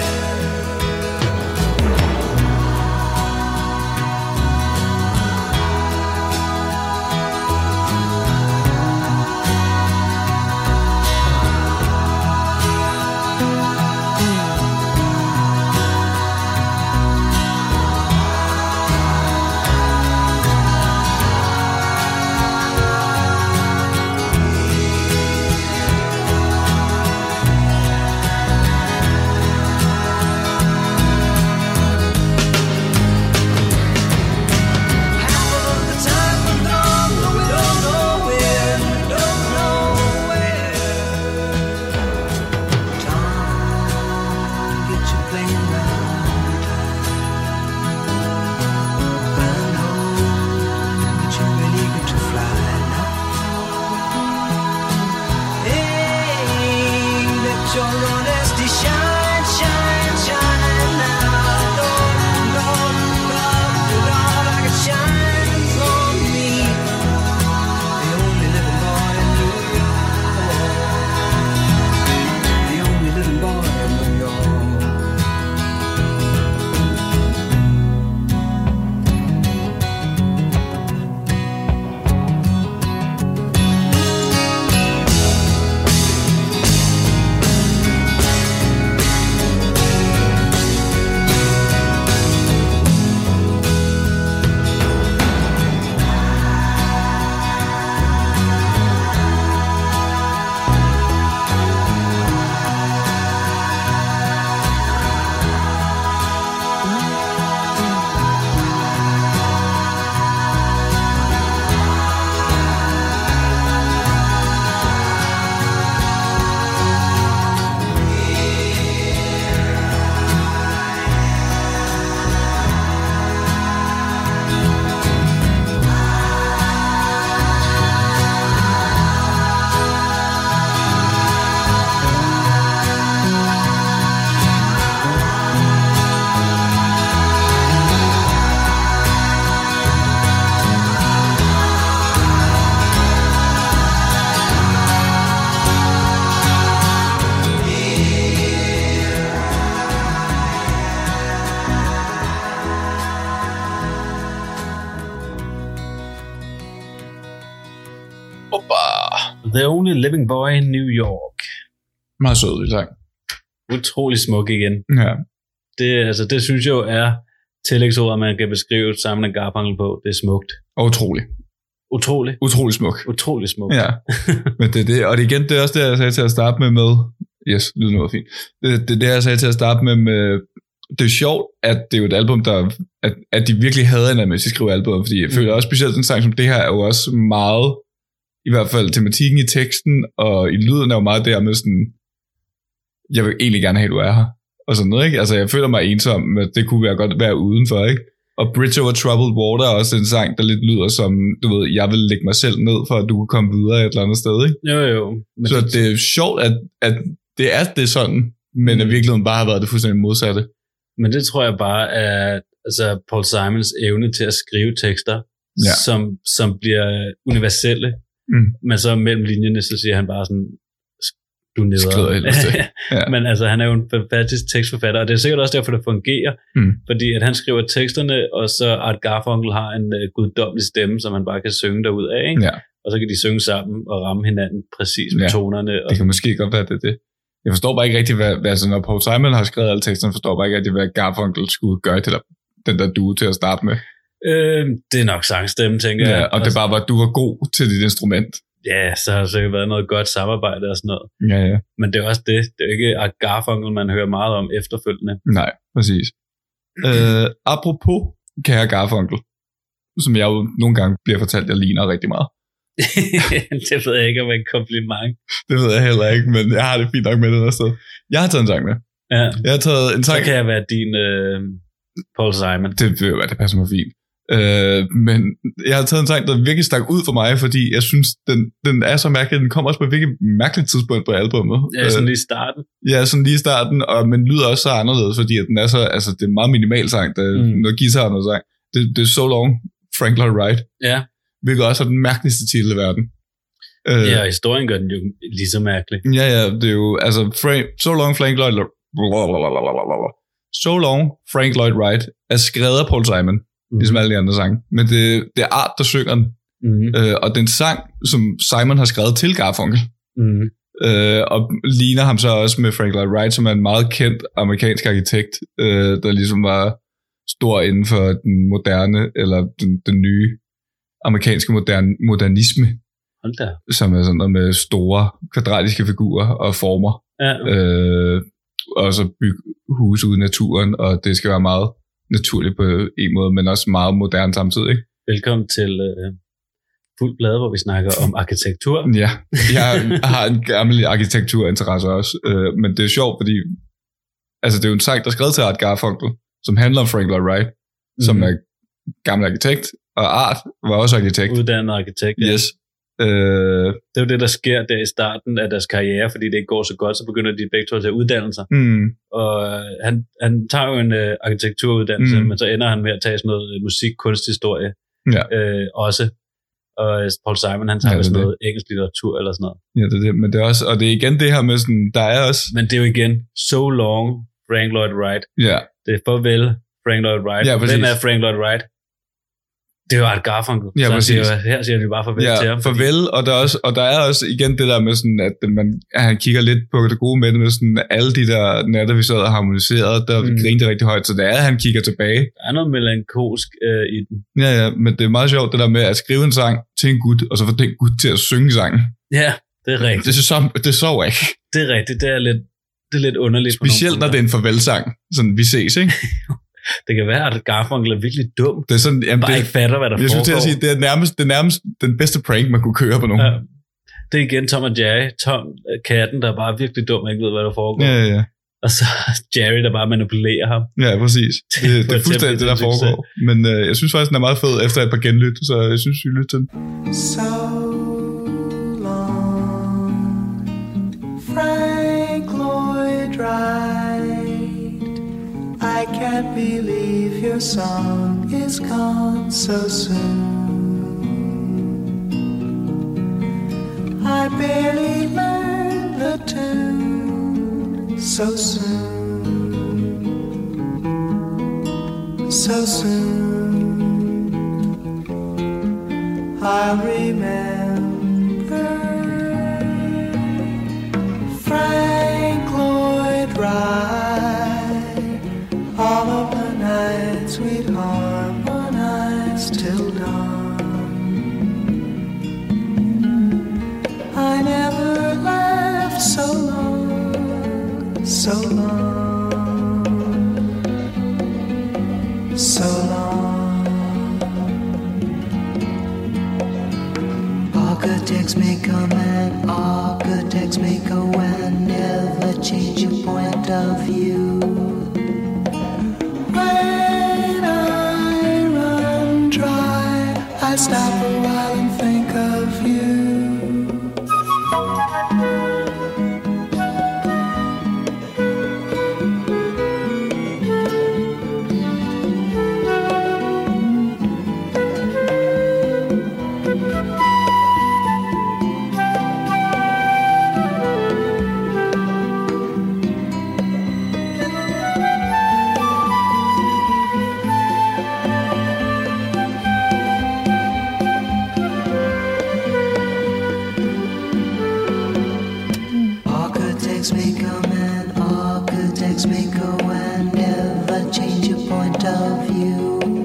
Half of the time we're gone, but we don't know where, and we don't know where. Tom, get your plane right on time. I know that you're really eager to fly now. Hey, let your honesty shine, shine, shine now. Lord, like it shines on me. The only living boy in New York. The only living boy in New York. The Only Living Boy in New York. Meget sød i sang. Utrolig smuk igen. Ja. Det synes jeg jo er tillægsord, man kan beskrive sammen med Garfunkel på. Det er smukt. Og utrolig. Utrolig smuk. Utrolig smuk. Ja. Men det, og det igen, det er også det, jeg sagde til at starte med. Yes, lyden var fint. Det jeg sagde til at starte med. Det er sjovt, at det er jo et album, at de virkelig havde en med at skrive album, fordi jeg føler også specielt en sang som det her er jo også meget, i hvert fald tematikken i teksten, og i lyden er jo meget der med sådan, jeg vil egentlig gerne have, at du er her, og sådan noget, ikke? Altså, jeg føler mig ensom, men det kunne godt være udenfor, ikke? Og Bridge Over Troubled Water er også en sang, der lidt lyder som, du ved, jeg vil lægge mig selv ned, for at du kan komme videre et eller andet sted, ikke? Jo. Så det er sjovt, at det er sådan, men i virkeligheden bare har været det fuldstændig modsatte. Men det tror jeg bare er Paul Simons evne til at skrive tekster, som bliver universelle, men så mellem linjerne, så siger han bare sådan, du neder. Ja. Men altså, han er jo en fantastisk tekstforfatter, og det er sikkert også derfor, det fungerer, fordi at han skriver teksterne, og så Art Garfunkel har en guddommelig stemme, som han bare kan synge derud af, ikke? Ja. Og så kan de synge sammen og ramme hinanden præcis med tonerne. Og det kan måske godt være det. Jeg forstår bare ikke rigtig, hvad altså, når Paul Simon har skrevet alle teksterne, forstår bare ikke rigtig, hvad Garfunkel skulle gøre til den der duo til at starte med. Det er nok sangstemme, tænker jeg. Og det bare var, at du var god til dit instrument. Ja, så har der sikkert været noget godt samarbejde og sådan noget. Ja. Men det er også det. Det er jo ikke Art Garfunkel, man hører meget om efterfølgende. Nej, præcis. Apropos kære Garfunkel, som jeg jo nogle gange bliver fortalt, jeg ligner rigtig meget. Det ved jeg ikke om en kompliment. Det ved jeg heller ikke, men jeg har det fint nok med det der sted. Jeg har taget en sang med. Ja. Jeg har taget en sang. Så kan jeg være din Paul Simon. Det ved jeg, det passer mig fint. Men jeg har taget en sang, der virkelig stak ud for mig, fordi jeg synes, den er så mærkelig. Den kommer også på et virkelig mærkeligt tidspunkt på albumet. Ja, sådan lige i starten. Ja, sådan lige i starten, men lyder også så anderledes, fordi at den er så, altså det er en meget minimal sang, der er noget guitar og noget sang. Det er So Long, Frank Lloyd Wright. Ja. Hvilket også er den mærkeligste titel i verden. Ja, og historien gør den jo lige så mærkelig. Ja, det er jo, altså So Long, Frank Lloyd So Long, Frank Lloyd Wright er skrevet af Paul Simon. Ligesom alle de andre sange. Men det er Art, der synger den. Og den sang, som Simon har skrevet til Garfunkel. Og ligner ham så også med Frank Lloyd Wright, som er en meget kendt amerikansk arkitekt, der ligesom var stor inden for den moderne, eller den nye amerikanske modernisme. Hold da. Som er sådan noget med store kvadratiske figurer og former. Ja. Og så bygge huse ude i naturen, og det skal være meget naturligt på en måde, men også meget moderne samtidig, ikke? Velkommen til Fuld Blade, hvor vi snakker om arkitektur. Ja, jeg har en gammel arkitekturinteresse også, men det er sjovt, fordi altså, det er jo en sang, der er skrevet til Art Garfunkel, som handler om Frank Lloyd Wright, som er gammel arkitekt, og Art var også arkitekt. Uddannet arkitekt, ja. Yes. Det er jo det, der sker der i starten af deres karriere, fordi det ikke går så godt, så begynder de begge to til at uddanne sig. Og han tager jo en arkitekturuddannelse, men så ender han med at tage sådan noget musik, kunsthistorie også. Og Paul Simon, han tager sådan noget engelsk litteratur eller sådan noget. Ja, det er det, men det er også, og det er igen det her med sådan, der er også... Men det er jo igen, So Long, Frank Lloyd Wright. Ja. Det er farvel, Frank Lloyd Wright. Ja, hvem er Frank Lloyd Wright? Det er jo Art Garfunkel. Ja, her siger vi bare farvel til ham. Farvel, og der er også igen det der med sådan, at han kigger lidt på det gode med det, med sådan alle de der natter, vi sad og harmoniserede, der grinte rigtig højt, så det er, at han kigger tilbage. Der er noget melankolsk i den. Ja, men det er meget sjovt det der med at skrive en sang til en gut, og så få den gut til at synge sangen. Ja, det er rigtigt. Det er så ikke. Det er rigtigt, det er lidt underligt. Specielt når det er en farvelsang, sådan vi ses, ikke? Det kan være, at Garfunkel er virkelig dum. Det er sådan, jamen, bare ikke fatter, hvad der foregår. Jeg synes til at sige, det er nærmest den bedste prank, man kunne køre på nogen. Ja. Det er igen Tom og Jerry. Tom, katten, der er bare virkelig dum og ikke ved, hvad der foregår. Ja. Og så Jerry, der bare manipulerer ham. Ja, præcis. Det er fuldstændig det, der foregår. Men jeg synes faktisk, den er meget fed efter et par genlyt, så jeg synes, vi lytter til den. So long, Frank Lloyd Wright. I can't believe your song is gone so soon. I barely learned the tune so soon. So soon I'll remember Frank Lloyd Wright. All of the nights we'd harmonize till dawn. I never laughed so long, so long, so long. Architects may come and architects may go and never change your point of view. When I run dry, I stop a while and think of you. mistakes may go and never change your point of view.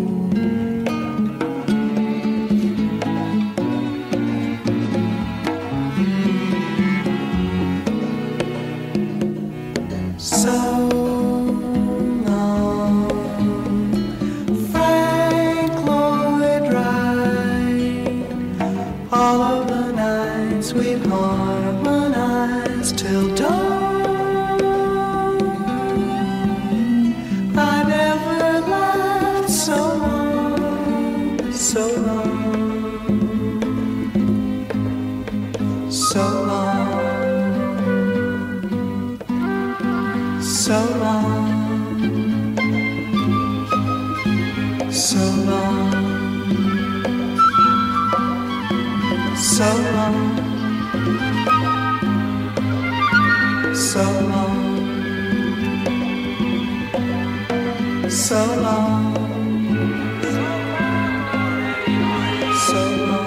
So long, Frank Lloyd Wright. All of the nights we'd harmonize till dawn. I never laughed so long, so long, so long. So long, so long, so long, so long, so long, so long.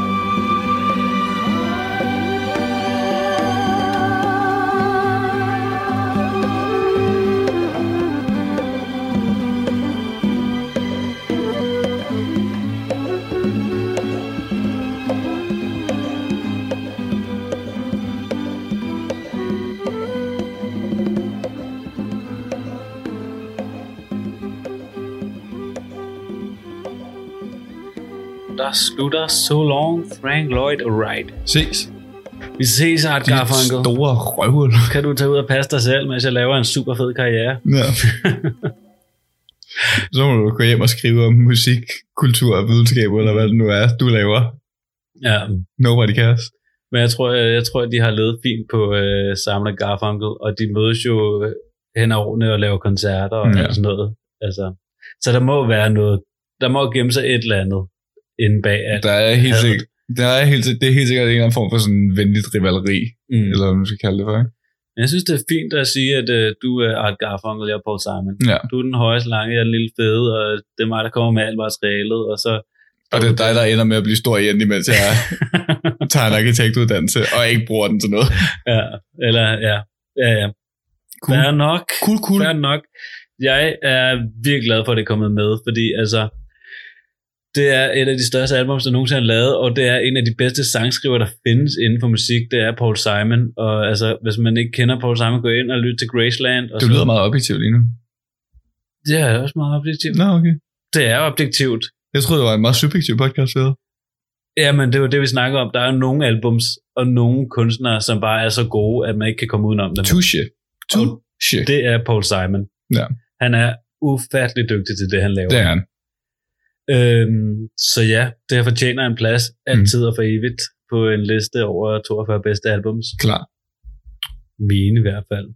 Der slutter So Long, Frank Lloyd Wright. Ses. Vi ses, Art Garfunkel. Store røvhul. Kan du tage ud og passe dig selv, mens jeg laver en super fed karriere? Ja. Så må du gå hjem og skrive om musik, kultur og videnskab, eller hvad det nu er, du laver. Ja, Nobody cares. men jeg tror, at de har levet fint på Simon og Garfunkel, og de mødes jo hen ad årene og laver koncerter og alt sådan noget. Altså, så der må være noget, der må gemme sig et eller andet inde bag alt. Det er helt sikkert en eller anden form for sådan venligt rivaleri, eller hvad man skal kalde det for, ikke? Jeg synes, det er fint at sige, at du er Art Garfunkel, jeg er Paul Simon. Ja. Du er den højeste lange, jeg er den lille fede, og det er mig, der kommer med alt materialet, og så... Og det er dig, der ender med at blive stor igen, imens jeg tager en arkitektuddannelse, og ikke bruger den til noget. Ja, eller ja. Cool. Fair nok. Cool. Fair nok. Jeg er virkelig glad for, at det er kommet med, fordi altså... Det er et af de største albums, der nogensinde er lavet, og det er en af de bedste sangskriver, der findes inden for musik. Det er Paul Simon, og altså, hvis man ikke kender Paul Simon, gå ind og lyt til Graceland. Og Du lyder meget objektivt lige nu. Det er også meget objektivt. Nå, okay. Det er objektivt. Jeg troede, det var en meget subjektiv podcast, ved. Ja, men det var det, vi snakker om. Der er nogle albums og nogle kunstnere, som bare er så gode, at man ikke kan komme udenom dem. Touche. Det er Paul Simon. Ja. Han er ufattelig dygtig til det, han laver. Det er han. Så ja, det fortjener en plads altid og for evigt på en liste over 42 bedste albums. Klar. Mine i hvert fald.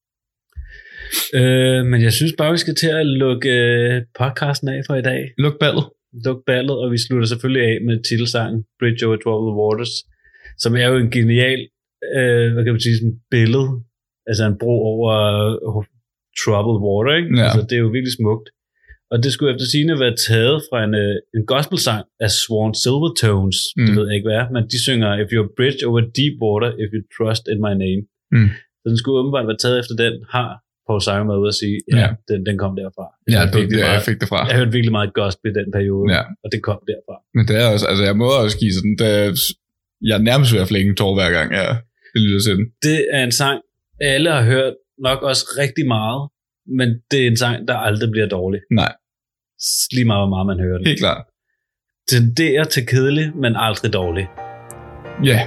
Men jeg synes bare, vi skal til at lukke podcasten af for i dag. Luk ballet. Og vi slutter selvfølgelig af med titelsangen Bridge Over Troubled Waters, som er jo en genial hvad kan man sige, sådan billede, altså en bro over troubled water, ikke? Ja. Altså, det er jo virkelig smukt. Og det skulle efter sigende være taget fra en gospelsang af Swan Silvertones. Det ved jeg ikke, hvad er, men de synger If you're a bridge over deep water, if you trust in my name. Så den skulle åbenbart være taget efter den, har Paul Simon med ud at sige, den kom derfra. Jeg fik det fra. Jeg hørte virkelig meget gospel i den periode, og det kom derfra. Men det er også, altså jeg må også give sådan, jeg er nærmest ved at flække en tår hver gang, jeg lytter til den. Det er en sang, alle har hørt nok også rigtig meget, men det er en sang, der aldrig bliver dårlig. Nej. Lige meget, hvor meget man hører den. Helt klart. Tenderer til kedelig, men aldrig dårlig. Ja.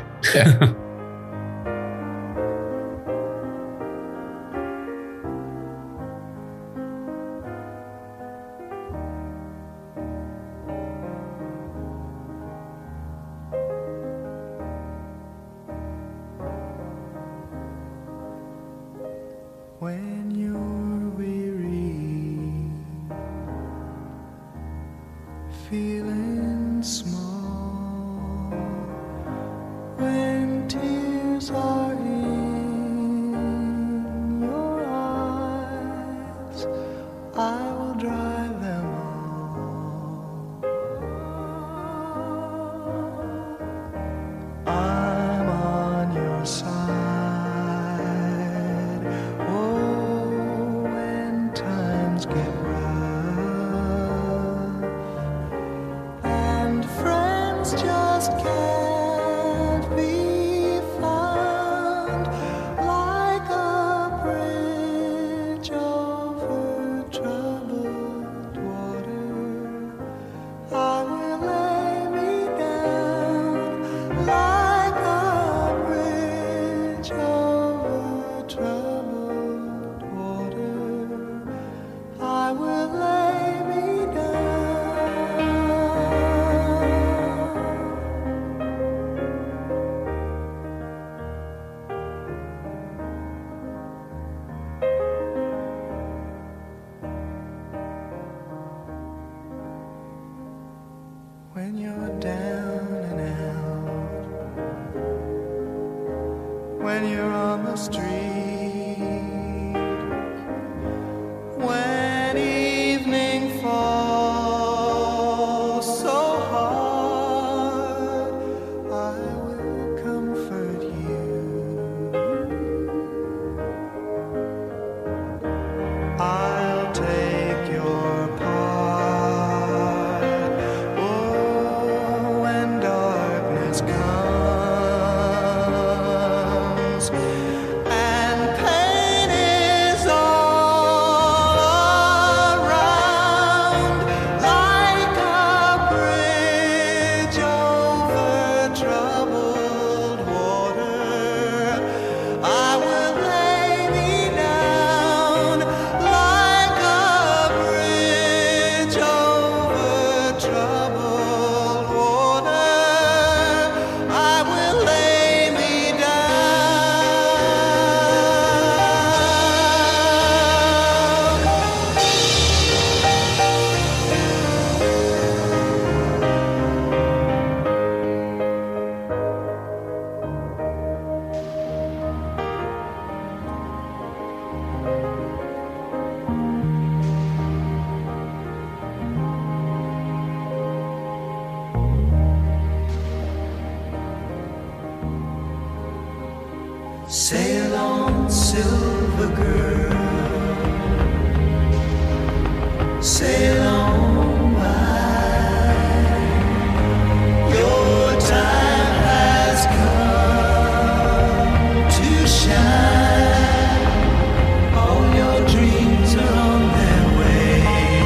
When you're weary, feeling small, when tears are in your eyes, I will dry them all. I'm on your side. Oh, when you're on the street. When evening falls so hard, I will comfort you. I'll take your part. Oh, when darkness comes and pain is all around, like a bridge over troubled water, I will lay me down. Like a bridge over troubled water, I will lay me down. Sail on, silver girl. Sail on by. Your time has come to shine. All your dreams are on their way.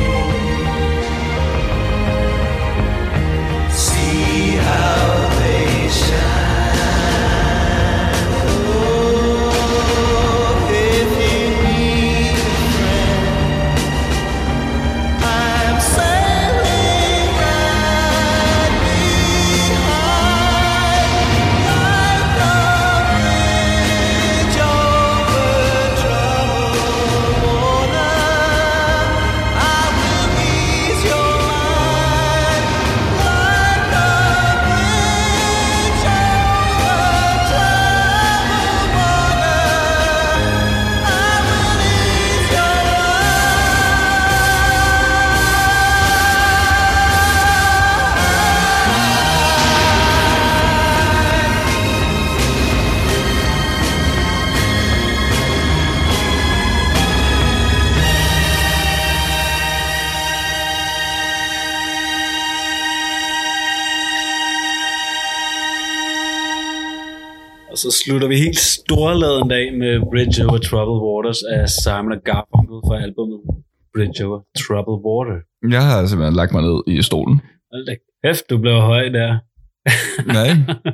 See how they shine. Oh, if you need a friend, I'm sailing right behind. Like a bridge over troubled water, I will ease your mind. Like a bridge over troubled water, I will ease your Og så slutter vi helt storladen dag med Bridge Over Troubled Waters af Simon & Garfunkel fra albumet Bridge Over Troubled Water. Jeg har simpelthen lagt mig ned i stolen. Hold da kæft, du blev høj der. Nej.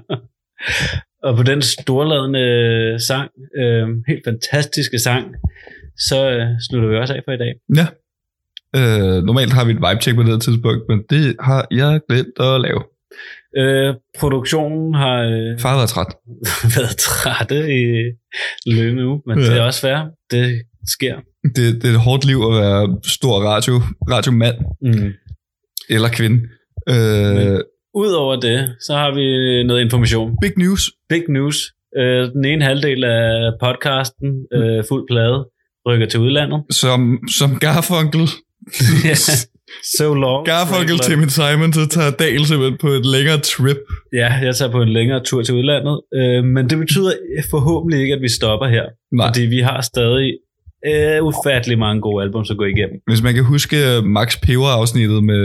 Og på den storladende sang, helt fantastiske sang, så slutter vi også af for i dag. Ja. Normalt har vi et vibe-check på det tidspunkt, men det har jeg glemt at lave. Produktionen har Far har været træt. været trætte i løbende uge, men det er også fair. Det sker. Det er et hårdt liv at være stor radiomand eller kvinde. Udover det, så har vi noget information. Big news. Big news. Den ene halvdel af podcasten, fuld plade, rykker til udlandet. Som Garfunkel. So long. Garfunkel til min Simon, så tager Dahl simpelthen på et længere trip. Ja, jeg tager på en længere tur til udlandet. Men det betyder forhåbentlig ikke, at vi stopper her. Nej. Fordi vi har stadig ufattelig mange gode album, at gå igennem. Hvis man kan huske Max Peber-afsnittet med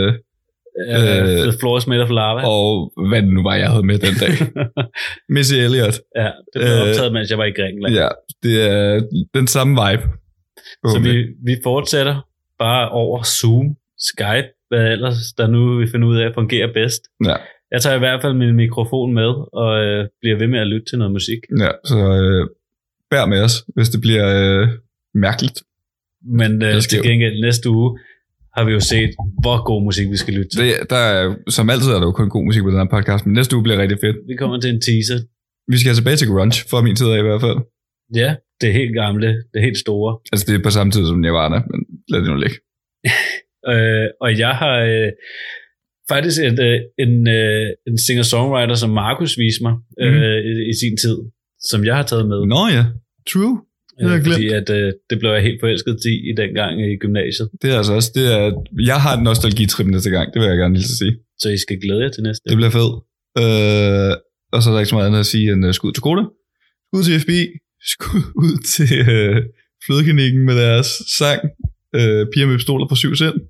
The Floor is Made of Lava. og hvad det nu var, jeg havde med den dag. Missy Elliott. Ja, det blev optaget, mens jeg var i Grækenland. Ja, det er den samme vibe. Så vi fortsætter bare over Zoom, Skype, hvad ellers der nu vi finder ud af at fungere bedst. Ja. Jeg tager i hvert fald min mikrofon med, og bliver ved med at lytte til noget musik. Ja, så bær med os, hvis det bliver mærkeligt. Men til gengæld næste uge har vi jo set, hvor god musik vi skal lytte til. Som altid er der jo kun god musik på den her podcast, men næste uge bliver rigtig fedt. Vi kommer til en teaser. Vi skal tilbage til grunge, fra min tid af i hvert fald. Ja, det er helt gamle, det er helt store. Altså det er på samme tid som Nirvana, men lad det nu ligge. Og jeg har faktisk en singer-songwriter, som Markus viste mig i sin tid, som jeg har taget med. Nå ja, true. Det har jeg glemt. Fordi at, det blev jeg helt forelsket i den gang i gymnasiet. Det er altså også, jeg har et nostalgitrip næste gang, det vil jeg gerne lige sige. Så I skal glæde jer til næste. Det bliver fedt. Og så er der ikke så meget andet at sige end skud til Koda. Skud til FBI. Skud ud til Flødeklinikken med deres sang Piger med pistoler på 7 cent.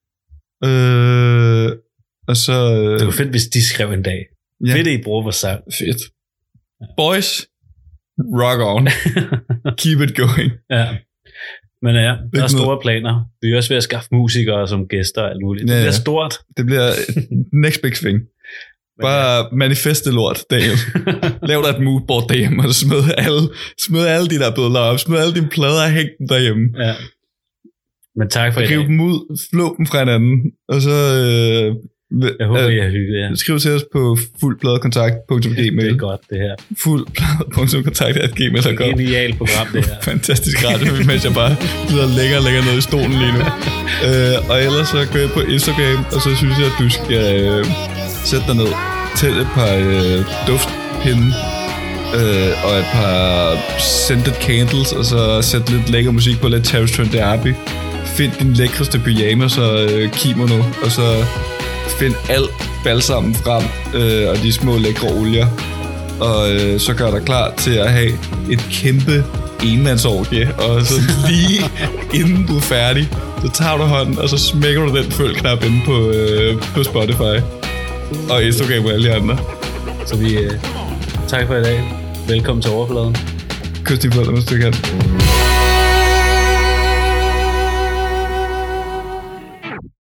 Og så... Det var fedt, hvis de skrev en dag. Ja. Fedt, at I bruger vores sang. Fedt. Boys, rock on. Keep it going. Ja. Men ja, der er store noget. planer. Vi er også ved at skaffe musikere som gæster og alt muligt. Det Ja, bliver ja. stort. Det bliver next big thing. Bare manifeste lort, Daniel. Lav dig et moodboard derhjemme, og smid alle de der billeder op. Smid alle dine plader og hæng dem derhjemme. Ja. Men tak for i Riv dag. dem ud, flå dem fra hinanden, og så Jeg håber, I har hygget jer. skriv til os på fuldpladekontakt.gmail. Det er godt, det her. fuldplade.kontakt@gmail.com. Genialt program, det her. Fantastisk radio, mens jeg bare glider længere ned i stolen lige nu. Og ellers så gå ind på Instagram, og så synes jeg, at du skal sætte dig ned, tæt et par duftpinde, og et par scented candles, og så sæt lidt lækker musik på, lidt Terrence Trent D'Arby. Find din lækreste pyjamas og kimono, og så find alt balsammen frem, og de små lækre olier, og så gør dig klar til at have et kæmpe enmandsorgie, og så lige inden du er færdig, så tager du hånden, og så smækker du den følg-knap inde på Spotify og Instagram og alle de andre. Så vi tak for i dag. Velkommen til Overfladen. Kys dine forældre, hvis du kan.